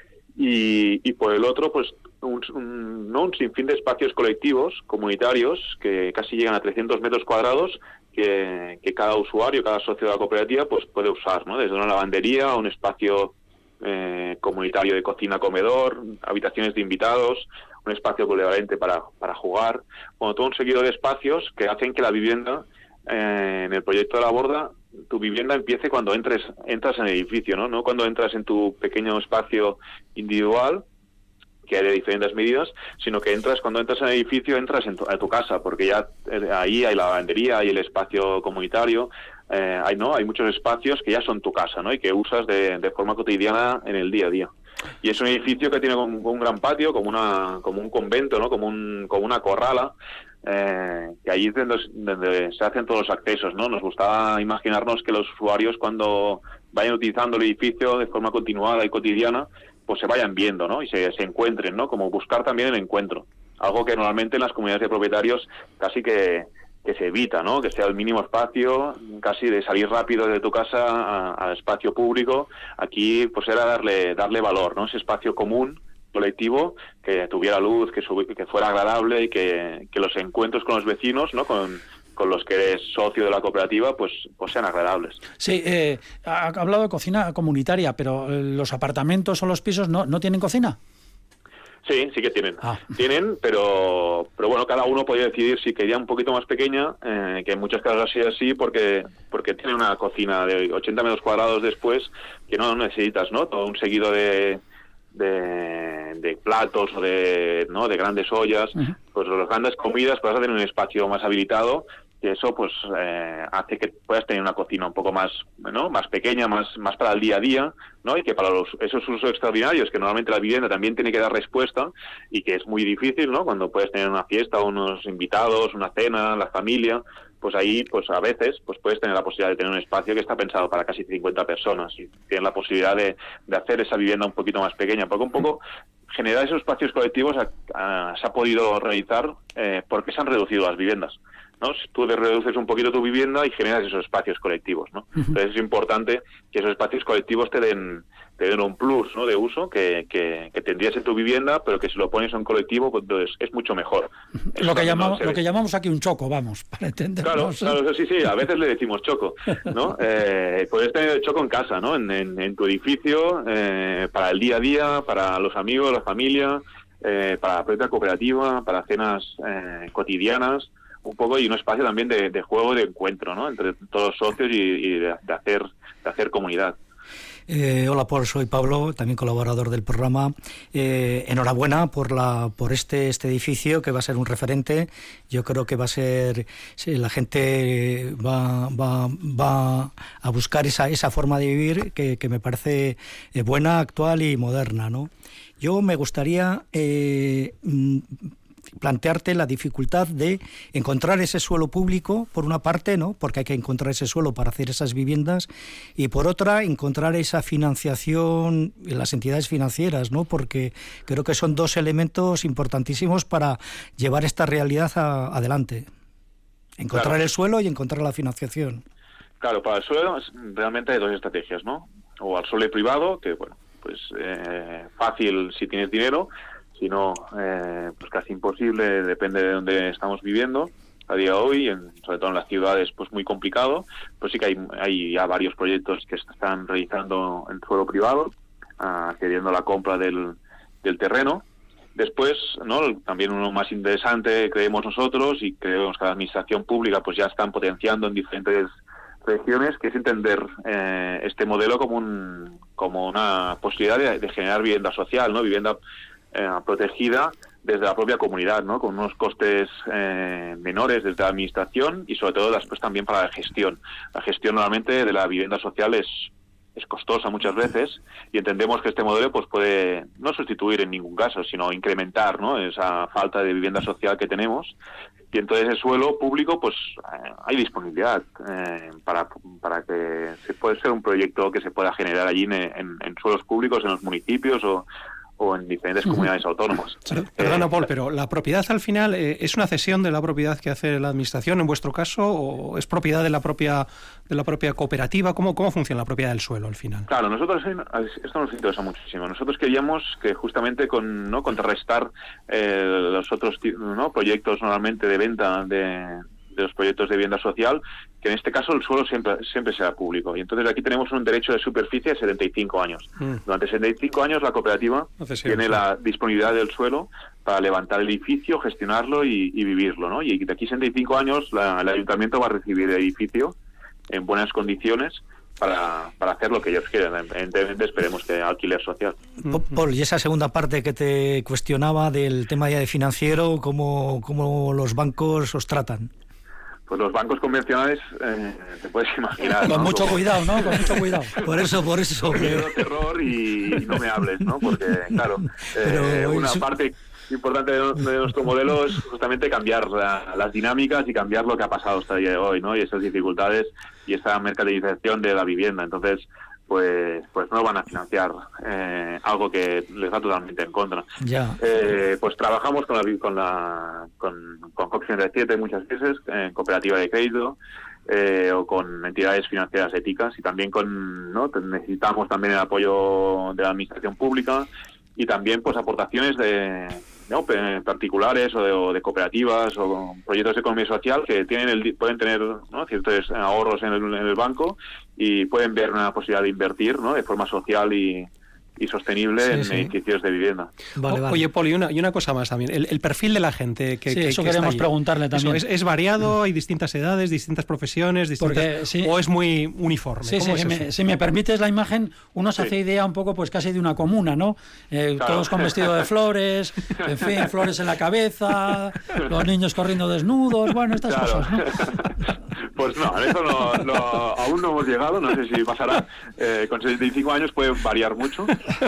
Y, y por el otro, pues un, un, ¿no? un sinfín de espacios colectivos, comunitarios, que casi llegan a trescientos metros cuadrados, que, que cada usuario, cada socio de la cooperativa pues puede usar, ¿no? Desde una lavandería a un espacio Eh, comunitario de cocina-comedor, habitaciones de invitados, un espacio polivalente para, para jugar, bueno, todo un seguido de espacios que hacen que la vivienda, eh, en el proyecto de la Borda, tu vivienda empiece cuando entres entras en el edificio, ¿no? No cuando entras en tu pequeño espacio individual, que hay de diferentes medidas, sino que entras cuando entras en el edificio, entras en tu, a tu casa, porque ya eh, ahí hay la lavandería, hay el espacio comunitario, eh, hay no hay muchos espacios que ya son tu casa, ¿no? Y que usas de, de forma cotidiana en el día a día. Y es un edificio que tiene un, un gran patio, como una como un convento, ¿no? Como un como una corrala, eh, que allí es donde, donde se hacen todos los accesos, ¿no? Nos gustaba imaginarnos que los usuarios, cuando vayan utilizando el edificio de forma continuada y cotidiana, pues se vayan viendo, ¿no? Y se, se encuentren, ¿no? Como buscar también el encuentro. Algo que normalmente en las comunidades de propietarios casi que, que se evita, ¿no? Que sea el mínimo espacio, casi de salir rápido de tu casa al espacio público. Aquí, pues era darle darle valor, ¿no? Ese espacio común, colectivo, que tuviera luz, que, sub, que fuera agradable y que, que los encuentros con los vecinos, ¿no? Con con los que eres socio de la cooperativa, pues, pues sean agradables. Sí, eh, ha hablado de cocina comunitaria, pero los apartamentos o los pisos no, ¿no tienen cocina? Sí, sí que tienen. Ah. Tienen, pero pero bueno, cada uno podía decidir si quería un poquito más pequeña, eh, que en muchos casos ha sido así, porque porque tiene una cocina de ochenta metros cuadrados después, que no necesitas, ¿no? Todo un seguido de... De, de platos o de no de grandes ollas, uh-huh. Pues las grandes comidas vas a tener un espacio más habilitado, que eso pues eh, hace que puedas tener una cocina un poco más, ¿no? Más pequeña, más más para el día a día, ¿no? Y que para los, esos usos extraordinarios que normalmente la vivienda también tiene que dar respuesta y que es muy difícil, ¿no? Cuando puedes tener una fiesta, unos invitados, una cena, la familia, pues ahí pues a veces pues puedes tener la posibilidad de tener un espacio que está pensado para casi cincuenta personas y tienes la posibilidad de, de hacer esa vivienda un poquito más pequeña, porque un poco generar esos espacios colectivos a, a, se ha podido realizar eh, porque se han reducido las viviendas, ¿no? Si tú reduces un poquito tu vivienda y generas esos espacios colectivos, ¿no? Entonces es importante que esos espacios colectivos te den te den un plus, ¿no? De uso que, que, que tendrías en tu vivienda, pero que si lo pones en un colectivo, pues entonces es mucho mejor. Eso lo que llamamos no lo que llamamos aquí un choco, vamos, para entendernos. Claro, claro, sí, sí, a veces le decimos choco, ¿no? Eh, puedes tener el choco en casa, ¿no? En, en, en tu edificio, eh, para el día a día, para los amigos, la familia, eh, para la propia cooperativa, para cenas eh, cotidianas, un poco, y un espacio también de, de juego y de encuentro, ¿no? Entre todos los socios y, y de, de hacer de hacer comunidad. Eh, hola Paul, soy Pablo, también colaborador del programa. Eh, enhorabuena por la por este este edificio que va a ser un referente. Yo creo que va a ser sí, la gente va va va a buscar esa esa forma de vivir que, que me parece eh, buena, actual y moderna, ¿no? Yo me gustaría eh, plantearte la dificultad de encontrar ese suelo público, por una parte, ¿no? Porque hay que encontrar ese suelo para hacer esas viviendas, y por otra, encontrar esa financiación en las entidades financieras, ¿no? Porque creo que son dos elementos importantísimos para llevar esta realidad a, adelante. Encontrar claro. el suelo y encontrar la financiación. Claro, para el suelo realmente hay dos estrategias, ¿no? O al suelo privado, que bueno, pues eh, fácil si tienes dinero, si no, eh, pues casi imposible, depende de dónde estamos viviendo a día de hoy, en, sobre todo en las ciudades, pues muy complicado. Pues sí que hay, hay ya varios proyectos que se están realizando en suelo privado, uh, queriendo la compra del, del terreno. Después, ¿no? También uno más interesante, creemos nosotros, y creemos que la administración pública pues ya están potenciando en diferentes regiones, que es entender eh, este modelo como un como una posibilidad de, de generar vivienda social, ¿no? Vivienda Eh, protegida desde la propia comunidad, ¿no? Con unos costes eh, menores desde la administración y sobre todo después también para la gestión. La gestión normalmente de la vivienda social es, es costosa muchas veces y entendemos que este modelo pues puede no sustituir en ningún caso, sino incrementar, ¿no? Esa falta de vivienda social que tenemos. Y entonces el suelo público, pues eh, hay disponibilidad eh, para, para que se puede ser un proyecto que se pueda generar allí en, en, en suelos públicos, en los municipios o o en diferentes comunidades autónomas. Pero, perdona, Paul, pero ¿la propiedad al final eh, es una cesión de la propiedad que hace la administración en vuestro caso o es propiedad de la propia de la propia cooperativa? ¿Cómo, cómo funciona la propiedad del suelo al final? Claro, nosotros esto nos interesa muchísimo. Nosotros queríamos que justamente con no contrarrestar eh, los otros ¿no? proyectos normalmente de venta de de los proyectos de vivienda social, que en este caso el suelo siempre siempre será público. Y entonces aquí tenemos un derecho de superficie de setenta y cinco años. Mm. Durante setenta y cinco años la cooperativa Entonces, sí, tiene sí. la disponibilidad del suelo para levantar el edificio, gestionarlo y, y vivirlo, ¿no? Y de aquí a setenta y cinco años la, el ayuntamiento va a recibir el edificio en buenas condiciones para, para hacer lo que ellos quieran. Evidentemente esperemos que alquiler social. Paul, y esa segunda parte que te cuestionaba del tema ya de financiero, ¿cómo, cómo los bancos os tratan? Pues los bancos convencionales, eh, te puedes imaginar. Con ¿no? mucho Como... cuidado, ¿no? Con mucho cuidado. Por eso, por eso. Miedo, terror y, y no me hables, ¿no? Porque, claro, eh, una eso... parte importante de, de nuestro modelo es justamente cambiar la, las dinámicas y cambiar lo que ha pasado hasta el día de hoy, ¿no? Y esas dificultades y esa mercantilización de la vivienda. Entonces, pues pues no van a financiar eh, algo que les va totalmente en contra. Ya. Eh, pues trabajamos con la con la con, con COP ciento siete muchas veces, en cooperativa de crédito eh, o con entidades financieras éticas y también con no necesitamos también el apoyo de la administración pública y también pues aportaciones de ¿no? particulares o de, o de cooperativas o proyectos de economía social que tienen el, pueden tener ¿no? ciertos ahorros en el, en el banco y pueden ver una posibilidad de invertir ¿no? de forma social y, y sostenible sí, en sí. edificios de vivienda. Vale, vale. Oye, Paul, y una, y una cosa más también, el, el perfil de la gente que, sí, que, eso que queremos está preguntarle también. Eso, ¿es, ¿Es variado? ¿Hay distintas edades, distintas profesiones? Distintas, Porque, sí, ¿O es muy uniforme? Sí, ¿Cómo sí, es si, me, si me permites la imagen, uno se sí. hace idea un poco pues casi de una comuna, ¿no? Eh, claro. Todos con vestido de flores, en fin, flores en la cabeza, los niños corriendo desnudos, bueno, estas claro. cosas, ¿no? Pues no, eso no, no, aún no hemos llegado, no sé si pasará. Eh, con setenta y cinco años puede variar mucho,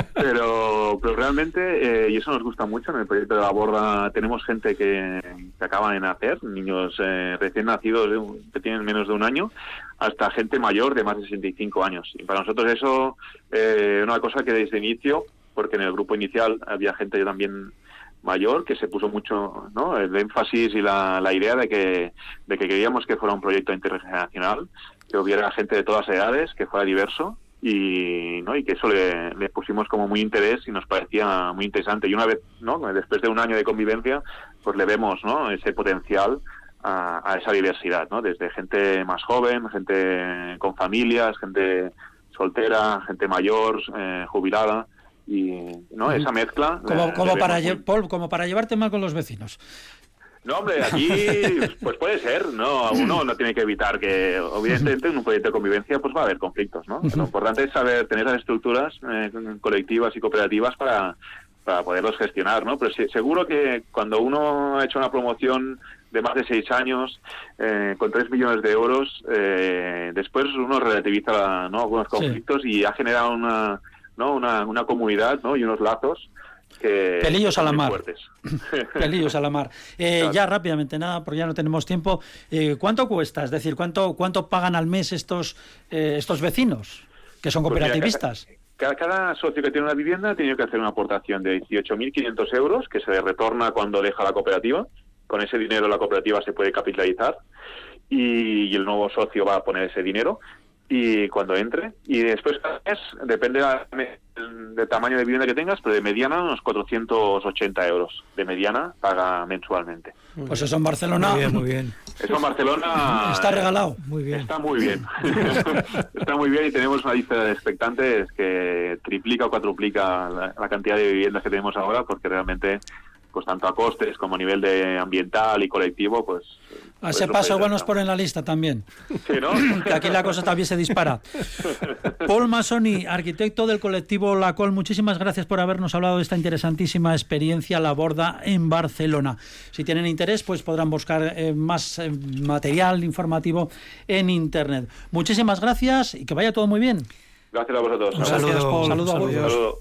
pero, pero realmente, eh, y eso nos gusta mucho, en el proyecto de la borda tenemos gente que, que acaba de nacer, niños eh, recién nacidos de un, que tienen menos de un año, hasta gente mayor de más de sesenta y cinco años. Y para nosotros eso es eh, una cosa que desde inicio, porque en el grupo inicial había gente también mayor, que se puso mucho ¿no? el énfasis y la, la idea de que, de que queríamos que fuera un proyecto intergeneracional, que hubiera gente de todas edades, que fuera diverso y no y que eso le, le pusimos como muy interés y nos parecía muy interesante. Y una vez, ¿no? después de un año de convivencia, pues le vemos ¿no? ese potencial a, a esa diversidad, ¿no? Desde gente más joven, gente con familias, gente soltera, gente mayor, eh, jubilada. Y no esa mezcla como, como para muy... Paul, como para llevarte mal con los vecinos. No, hombre, aquí pues puede ser, no, uno no tiene que evitar que, evidentemente, en un proyecto de convivencia pues va a haber conflictos, ¿no? Lo importante es saber tener las estructuras eh, colectivas y cooperativas para, para poderlos gestionar, ¿no? Pero sí, seguro que cuando uno ha hecho una promoción de más de seis años, eh, con tres millones de euros, eh, después uno relativiza ¿no? algunos conflictos sí. y ha generado una ¿no? Una, una comunidad, ¿no? Y unos lazos que pelillos a la mar. Fuertes. Pelillos a la mar. Eh, claro. Ya rápidamente, nada, porque ya no tenemos tiempo. Eh, ¿Cuánto cuesta? Es decir, ¿cuánto cuánto pagan al mes estos eh, estos vecinos que son cooperativistas? Pues mira, cada, cada socio que tiene una vivienda tiene que hacer una aportación de dieciocho mil quinientos euros que se le retorna cuando deja la cooperativa. Con ese dinero la cooperativa se puede capitalizar y, y el nuevo socio va a poner ese dinero. Y cuando entre, y después cada mes, depende del tamaño de vivienda que tengas, pero de mediana unos cuatrocientos ochenta euros, de mediana paga mensualmente. Pues eso en Barcelona. Muy bien, muy bien. Eso en Barcelona... Está regalado. Muy bien. Está muy bien. Está muy bien y tenemos una lista de expectantes que triplica o cuatruplica la, la cantidad de viviendas que tenemos ahora, porque realmente pues tanto a costes como a nivel de ambiental y colectivo, pues... A ese paso igual nos ponen la lista también. Sí, ¿no? Que aquí la cosa también se dispara. Paul Massoni, arquitecto del colectivo La Col, muchísimas gracias por habernos hablado de esta interesantísima experiencia La Borda en Barcelona. Si tienen interés, pues podrán buscar eh, más eh, material informativo en internet. Muchísimas gracias y que vaya todo muy bien. Gracias a vosotros. Un saludo, gracias, Paul. Saludo, saludo, saludo. Saludo.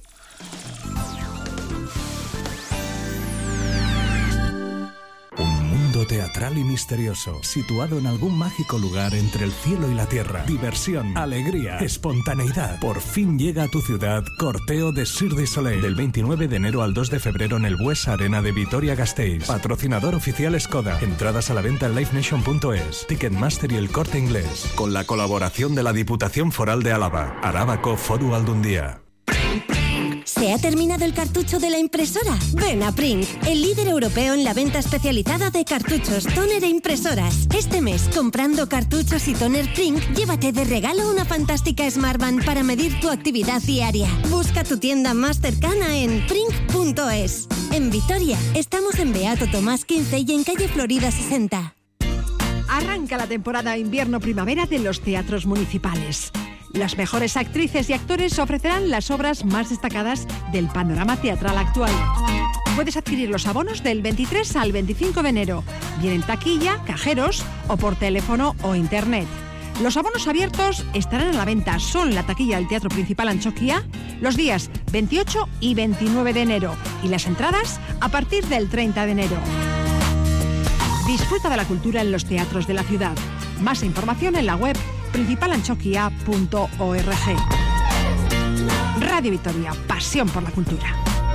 Teatral y misterioso, situado en algún mágico lugar entre el cielo y la tierra. Diversión, alegría, espontaneidad. Por fin llega a tu ciudad Corteo de Cirque du Soleil. Del veintinueve de enero al dos de febrero en el Buesa Arena de Vitoria-Gasteiz. Patrocinador oficial Skoda. Entradas a la venta en live nation punto es. Ticketmaster y El Corte Inglés. Con la colaboración de la Diputación Foral de Álava. Arabako Foru Aldundia. ¿Se ha terminado el cartucho de la impresora? Ven a Prink, el líder europeo en la venta especializada de cartuchos, tóner e impresoras. Este mes, comprando cartuchos y tóner Prink, llévate de regalo una fantástica Smartband para medir tu actividad diaria. Busca tu tienda más cercana en prink punto es. En Vitoria, estamos en Beato Tomás quince y en calle Florida sesenta. Arranca la temporada invierno-primavera de los teatros municipales. Las mejores actrices y actores ofrecerán las obras más destacadas del panorama teatral actual. Puedes adquirir los abonos del veintitrés al veinticinco de enero, bien en taquilla, cajeros o por teléfono o internet. Los abonos abiertos estarán a la venta solo en la taquilla del Teatro Principal Antxokia los días veintiocho y veintinueve de enero y las entradas a partir del treinta de enero. Disfruta de la cultura en los teatros de la ciudad. Más información en la web principal antxokia punto org. Radio Vitoria, pasión por la cultura.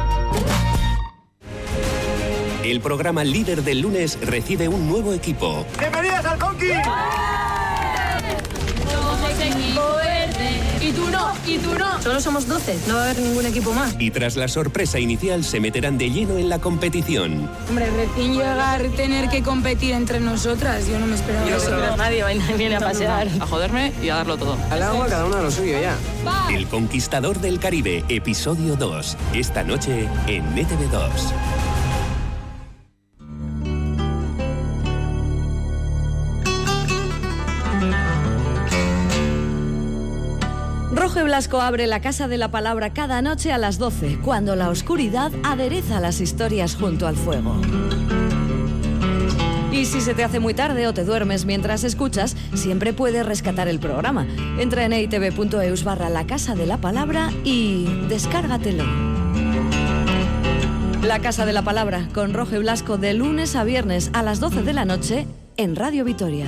El programa líder del lunes recibe un nuevo equipo. ¡Bienvenidas al Conqui! Somos equipo verde. Y tú no, y tú no. Solo somos doce, no va a haber ningún equipo más. Y tras la sorpresa inicial se meterán de lleno en la competición. Hombre, recién llegar, tener que competir entre nosotras, yo no me esperaba yo eso. Pero nadie viene a pasear. A joderme y a darlo todo. Al agua cada uno a lo suyo ya. Va. El Conquistador del Caribe, episodio dos. Esta noche en E T V dos. Roge Blasco abre la Casa de la Palabra cada noche a las doce, cuando la oscuridad adereza las historias junto al fuego. Y si se te hace muy tarde o te duermes mientras escuchas, siempre puedes rescatar el programa. Entra en eitv punto eus barra la Casa de la Palabra y descárgatelo. La Casa de la Palabra con Roge Blasco de lunes a viernes a las doce de la noche en Radio Vitoria.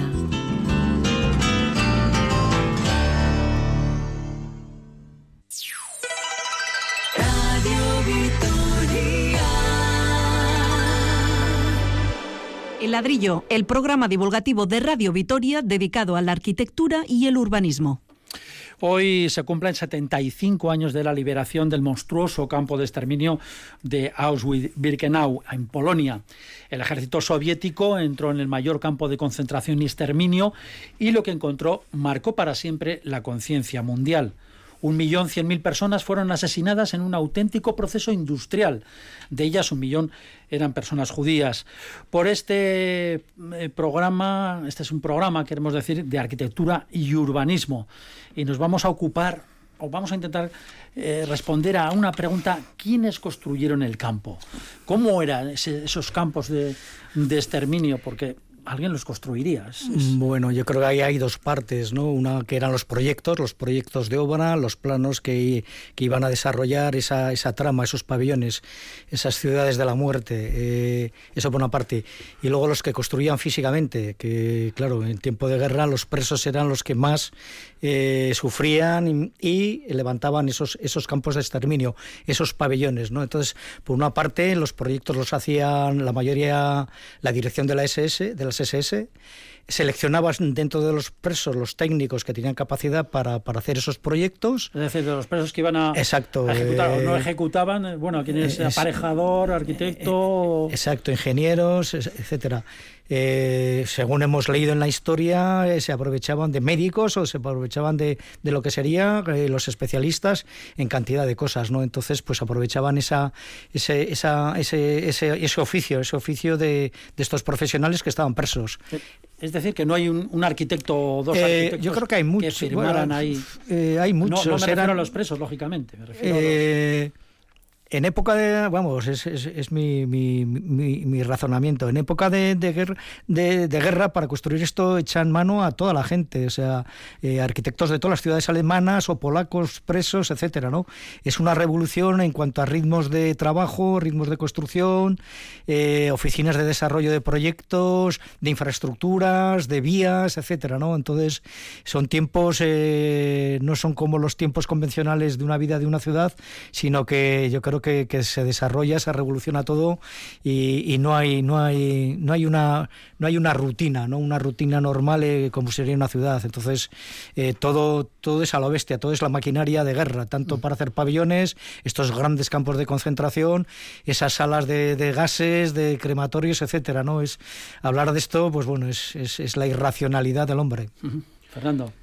El Ladrillo, el programa divulgativo de Radio Vitoria dedicado a la arquitectura y el urbanismo. Hoy se cumplen setenta y cinco años de la liberación del monstruoso campo de exterminio de Auschwitz-Birkenau, en Polonia. El ejército soviético entró en el mayor campo de concentración y exterminio y lo que encontró marcó para siempre la conciencia mundial. Un millón cien mil personas fueron asesinadas en un auténtico proceso industrial. De ellas, un millón eran personas judías. Por este eh, programa, este es un programa, queremos decir, de arquitectura y urbanismo. Y nos vamos a ocupar, o vamos a intentar eh, responder a una pregunta: ¿quiénes construyeron el campo? ¿Cómo eran ese, esos campos de, de exterminio? Porque alguien los construiría. Es, es... Bueno, yo creo que ahí hay dos partes, ¿no? Una que eran los proyectos, los proyectos de obra, los planos que, que iban a desarrollar esa, esa trama, esos pabellones, esas ciudades de la muerte, eh, eso por una parte. Y luego los que construían físicamente, que claro, en tiempo de guerra los presos eran los que más eh, sufrían y, y levantaban esos, esos campos de exterminio, esos pabellones, ¿no? Entonces, por una parte, los proyectos los hacían la mayoría, la dirección de la S S, de la S S, seleccionabas dentro de los presos los técnicos que tenían capacidad para, para hacer esos proyectos. Es decir, de los presos que iban a, exacto, a ejecutar eh, o no ejecutaban, bueno, quien es, es aparejador, arquitecto... Exacto, ingenieros, etcétera. eh, según hemos leído en la historia, eh, se aprovechaban de médicos o se aprovechaban de, de lo que sería eh, los especialistas en cantidad de cosas, ¿no? Entonces, pues aprovechaban esa, ese, esa, ese, ese, ese oficio, ese oficio de, de estos profesionales que estaban presos. Es decir, que no hay un, un arquitecto o dos eh, arquitectos yo creo que hay muchos, que firmaran bueno, ahí. Eh, hay muchos. No, no me refiero eran, a los presos, lógicamente. Me refiero eh, a los... En época de, vamos, es, es, es mi, mi, mi, mi razonamiento, en época de, de, guerra, de, de guerra, para construir esto echan mano a toda la gente, o sea, eh, arquitectos de todas las ciudades alemanas o polacos presos, etcétera, ¿no? Es una revolución en cuanto a ritmos de trabajo, ritmos de construcción, eh, oficinas de desarrollo de proyectos, de infraestructuras, de vías, etcétera, ¿no? Entonces, son tiempos, eh, no son como los tiempos convencionales de una vida de una ciudad, sino que yo creo Que, que se desarrolla, se revoluciona todo y, y no hay no hay no hay una no hay una rutina, no una rutina normal eh, como sería una ciudad. Entonces eh, todo todo es a lo bestia, todo es la maquinaria de guerra, tanto para hacer pabellones, estos grandes campos de concentración, esas salas de, de gases, de crematorios, etcétera, ¿no? Es hablar de esto, pues bueno, es es, es la irracionalidad del hombre. Uh-huh. Fernando.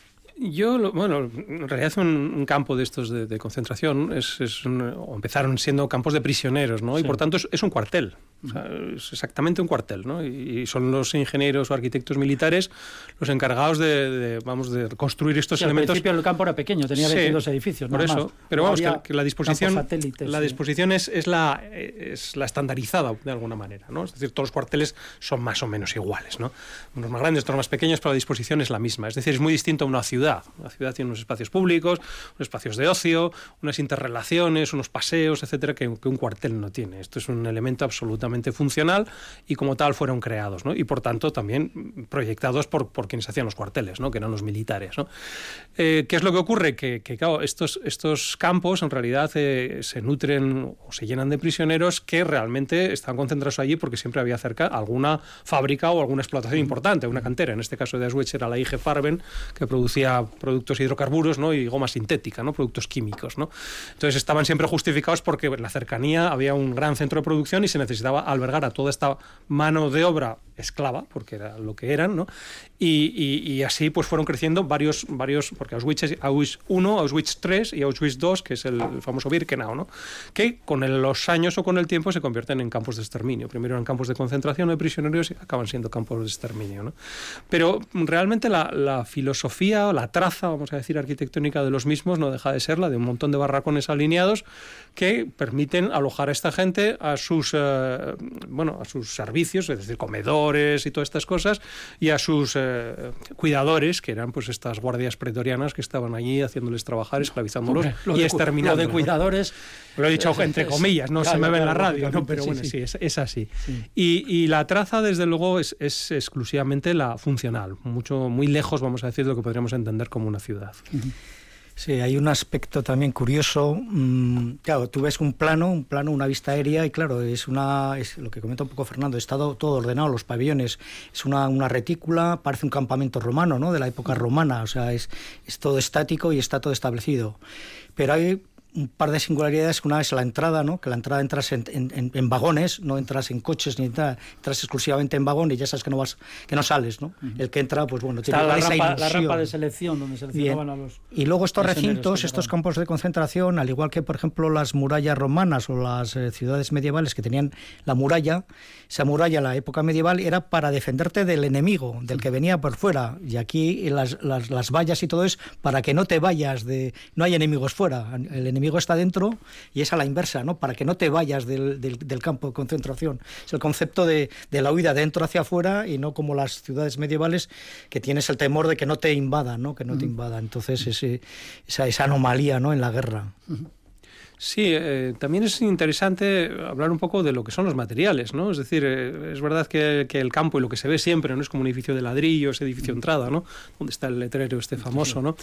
Yo, bueno, en realidad un, un campo de estos de, de concentración es, es un, o empezaron siendo campos de prisioneros, ¿no? Sí. Y por tanto es, es un cuartel, o sea, es exactamente un cuartel, ¿no? Y, y son los ingenieros o arquitectos militares los encargados de, de vamos, de construir estos sí, elementos. Al principio el campo era pequeño, tenía veintidós sí, edificios, por eso. Más. Pero vamos, que, que la disposición, la sí. disposición es, es la es la estandarizada de alguna manera, ¿no? Es decir, todos los cuarteles son más o menos iguales, ¿no? Unos más grandes, otros más pequeños, pero la disposición es la misma. Es decir, es muy distinto a una ciudad. La ciudad tiene unos espacios públicos, unos espacios de ocio, unas interrelaciones, unos paseos, etcétera, que, que un cuartel no tiene. Esto es un elemento absolutamente funcional y como tal fueron creados, ¿no? Y por tanto también proyectados por, por quienes hacían los cuarteles, ¿no? Que eran los militares, ¿no? Eh, ¿Qué es lo que ocurre? Que, que claro, estos, estos campos en realidad eh, se nutren o se llenan de prisioneros que realmente están concentrados allí porque siempre había cerca alguna fábrica o alguna explotación importante, una cantera. En este caso de Auschwitz era la I G Farben, que producía productos hidrocarburos, ¿no? Y goma sintética, ¿no? Productos químicos, ¿no? Entonces estaban siempre justificados porque en la cercanía había un gran centro de producción y se necesitaba albergar a toda esta mano de obra esclava, porque era lo que eran, ¿no? Y, y, y así pues fueron creciendo varios, varios porque Auschwitz es Auschwitz uno, Auschwitz tres y Auschwitz dos, que es el famoso Birkenau, ¿no? Que con el, los años o con el tiempo se convierten en campos de exterminio. Primero eran campos de concentración de prisioneros y acaban siendo campos de exterminio, ¿no? Pero realmente la, la filosofía o la traza, vamos a decir, arquitectónica de los mismos no deja de ser la de un montón de barracones alineados que permiten alojar a esta gente a sus, eh, bueno, a sus servicios, es decir, comedores y todas estas cosas, y a sus eh, cuidadores, que eran pues estas guardias pretorianas que estaban allí haciéndoles trabajar, esclavizándolos y exterminándolos. Lo de cuidadores... ¿no? Lo he dicho entre comillas, no claro, se me ve en la radio, ¿no? Pero sí, bueno, sí, sí es, es así. Sí. Y, y la traza, desde luego, es, es exclusivamente la funcional, mucho, muy lejos, vamos a decir, de lo que podríamos entender como una ciudad. Uh-huh. Sí, hay un aspecto también curioso. Mmm, claro, tú ves un plano, un plano, una vista aérea, y claro, es una, es lo que comenta un poco Fernando, está todo ordenado, los pabellones, es una, una retícula, parece un campamento romano, ¿no? De la época romana, o sea, es, es todo estático y está todo establecido. Pero hay un par de singularidades. Una es la entrada, ¿no? Que la entrada entras en, en, en vagones, no entras en coches ni entras, entras exclusivamente en vagón y ya sabes que no vas, que no sales, ¿no? Uh-huh. El que entra, pues bueno, tiene la esa rampa, ilusión. la rampa de selección donde seleccionaban a los... Y luego estos recintos, estos campos de concentración, al igual que por ejemplo las murallas romanas o las eh, ciudades medievales que tenían la muralla, esa muralla en la época medieval era para defenderte del enemigo, del que venía por fuera, y aquí las, las, las vallas y todo es para que no te vayas, de no hay enemigos fuera, el enemigo está dentro, y es a la inversa, ¿no? Para que no te vayas del, del, del campo de concentración. Es el concepto de, de la huida de dentro hacia afuera y no como las ciudades medievales que tienes el temor de que no te invadan, ¿no? Que no uh-huh. te invadan. Entonces ese, esa, esa anomalía, ¿no? En la guerra. Uh-huh. Sí, eh, también es interesante hablar un poco de lo que son los materiales, ¿no? Es decir, eh, es verdad que, que el campo y lo que se ve siempre no es como un edificio de ladrillo, ese edificio entrada, ¿no? Donde está el letrero este famoso, ¿no?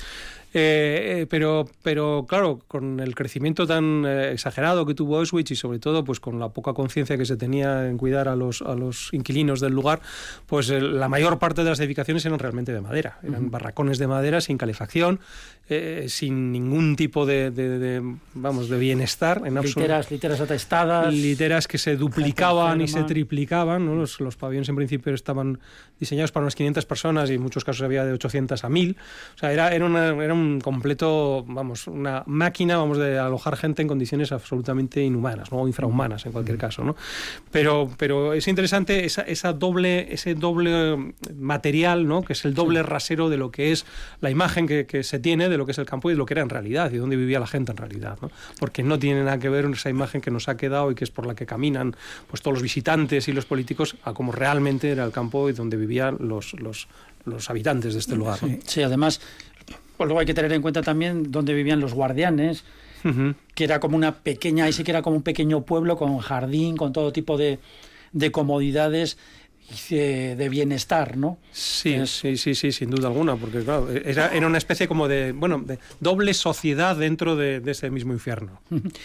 Eh, pero, pero claro, con el crecimiento tan eh, exagerado que tuvo Auschwitz y sobre todo pues con la poca conciencia que se tenía en cuidar a los, a los inquilinos del lugar, pues eh, la mayor parte de las edificaciones eran realmente de madera, eran uh-huh. barracones de madera sin calefacción, eh, sin ningún tipo de, de, de vamos, de bienestar en absoluto. Literas, literas atestadas. Literas que se duplicaban y se triplicaban, ¿no? Los, los pabellones en principio estaban diseñados para unas quinientas personas y en muchos casos había de ochocientas a mil. O sea, era, era, una, era un completo, vamos, una máquina, vamos, de alojar gente en condiciones absolutamente inhumanas, ¿no? O infrahumanas en cualquier caso, ¿no? Pero, pero es interesante esa, esa doble, ese doble material, ¿no? Que es el doble rasero de lo que es la imagen que, que se tiene de lo que es el campo y de lo que era en realidad y dónde vivía la gente en realidad, ¿no? Porque no tiene nada que ver esa imagen que nos ha quedado y que es por la que caminan pues todos los visitantes y los políticos a cómo realmente era el campo y donde vivían los, los, los habitantes de este lugar, ¿no? Sí, sí, además, pues luego hay que tener en cuenta también dónde vivían los guardianes, uh-huh. que era como una pequeña, ahí sí que era como un pequeño pueblo con jardín, con todo tipo de, de comodidades de, de bienestar, ¿no? Sí, es... sí, sí, sí, sin duda alguna, porque claro, era, era una especie como de, bueno, de doble sociedad dentro de, de ese mismo infierno.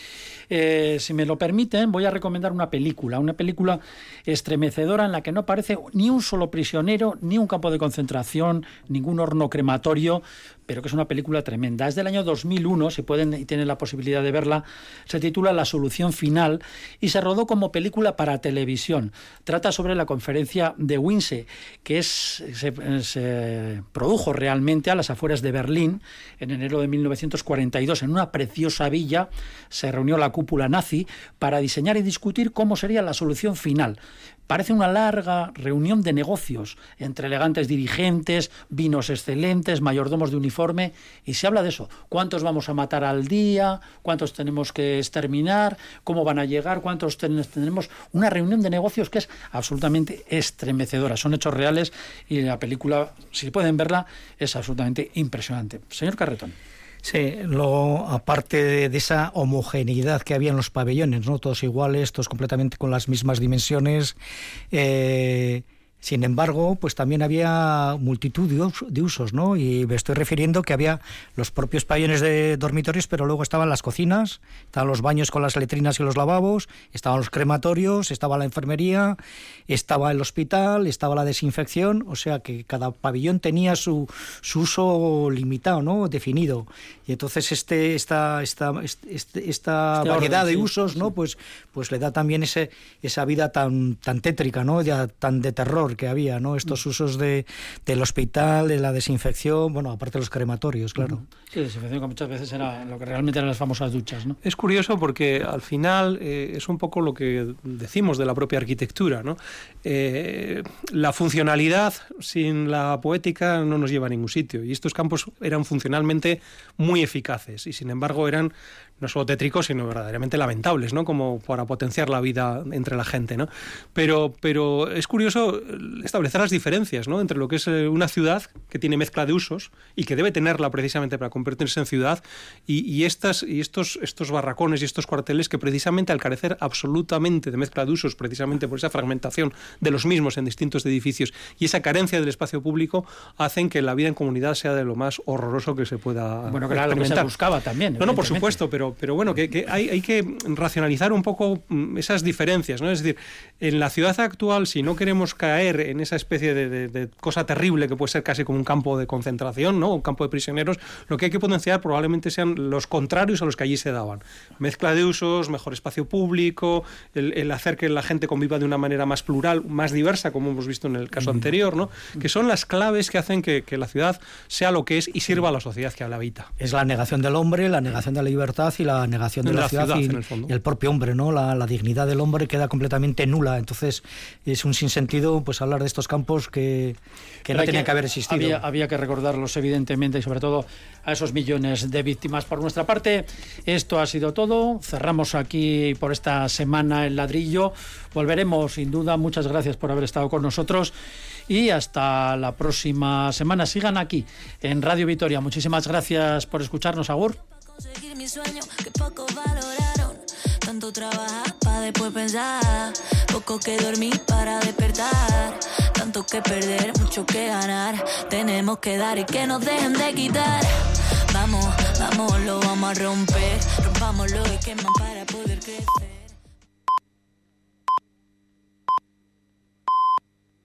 Eh, si me lo permiten, voy a recomendar una película, una película estremecedora en la que no aparece ni un solo prisionero, ni un campo de concentración, ningún horno crematorio, pero que es una película tremenda. Es del año dos mil uno, si pueden y tienen la posibilidad de verla. Se titula La solución final y se rodó como película para televisión. Trata sobre la conferencia de Windsor, que es, se, se produjo realmente a las afueras de Berlín en enero de mil novecientos cuarenta y dos. En una preciosa villa se reunió la cúpula nazi para diseñar y discutir cómo sería la solución final. Parece una larga reunión de negocios entre elegantes dirigentes, vinos excelentes, mayordomos de uniforme, y se habla de eso. ¿Cuántos vamos a matar al día? ¿Cuántos tenemos que exterminar? ¿Cómo van a llegar? ¿Cuántos ten- tenemos? Una reunión de negocios que es absolutamente estremecedora. Son hechos reales y la película, si pueden verla, es absolutamente impresionante. Señor Carretón. Sí, luego, aparte de, de esa homogeneidad que había en los pabellones, ¿no? Todos iguales, todos completamente con las mismas dimensiones, eh, sin embargo, pues también había multitud de, us- de usos, ¿no? Y me estoy refiriendo que había los propios pabellones de dormitorios, pero luego estaban las cocinas, estaban los baños con las letrinas y los lavabos, estaban los crematorios, estaba la enfermería, estaba el hospital, estaba la desinfección, o sea que cada pabellón tenía su, su uso limitado, ¿no? Definido. Y entonces este esta esta este, esta este variedad orden, de sí, usos, ¿no? Sí. Pues pues le da también ese esa vida tan tan tétrica, ¿no? Ya tan de terror que había, ¿no? Estos usos de del hospital, de la desinfección, bueno, aparte de los crematorios, claro. Sí, la desinfección que muchas veces era lo que realmente eran las famosas duchas, ¿no? Es curioso porque al final eh, es un poco lo que decimos de la propia arquitectura, ¿no? Eh, la funcionalidad sin la poética no nos lleva a ningún sitio, y estos campos eran funcionalmente muy eficaces y sin embargo eran no solo tétricos, sino verdaderamente lamentables, ¿no? Como para potenciar la vida entre la gente, ¿no? Pero, pero es curioso establecer las diferencias, ¿no? Entre lo que es una ciudad que tiene mezcla de usos y que debe tenerla precisamente para convertirse en ciudad y, y, estas, y estos, estos barracones y estos cuarteles que precisamente al carecer absolutamente de mezcla de usos, precisamente por esa fragmentación de los mismos en distintos edificios y esa carencia del espacio público, hacen que la vida en comunidad sea de lo más horroroso que se pueda bueno, que era lo que se buscaba también. No, no, por supuesto, pero Pero bueno, que, que hay, hay que racionalizar un poco esas diferencias, ¿no? Es decir, en la ciudad actual, si no queremos caer en esa especie de, de, de cosa terrible que puede ser casi como un campo de concentración, ¿no? Un campo de prisioneros, lo que hay que potenciar probablemente sean los contrarios a los que allí se daban. Mezcla de usos, mejor espacio público, el, el hacer que la gente conviva de una manera más plural, más diversa, como hemos visto en el caso anterior, ¿no? Que son las claves que hacen que, que la ciudad sea lo que es y sirva a la sociedad que la habita. Es la negación del hombre, la negación de la libertad y la negación de, de la, la ciudad, ciudad y, el y el propio hombre, ¿no? La, la dignidad del hombre queda completamente nula. Entonces es un sinsentido pues hablar de estos campos que, que no tenían que, que haber existido. Había, había que recordarlos evidentemente y sobre todo a esos millones de víctimas. Por nuestra parte, esto ha sido todo. Cerramos aquí por esta semana el ladrillo. Volveremos sin duda. Muchas gracias por haber estado con nosotros y hasta la próxima semana. Sigan aquí en Radio Vitoria. Muchísimas gracias por escucharnos. Agur. Conseguir mi sueño que poco valoraron, tanto trabajar para después pensar, poco que dormir para despertar, tanto que perder, mucho que ganar, tenemos que dar y que nos dejen de quitar. Vamos, vamos, lo vamos a romper, rompámoslo y queman para poder crecer.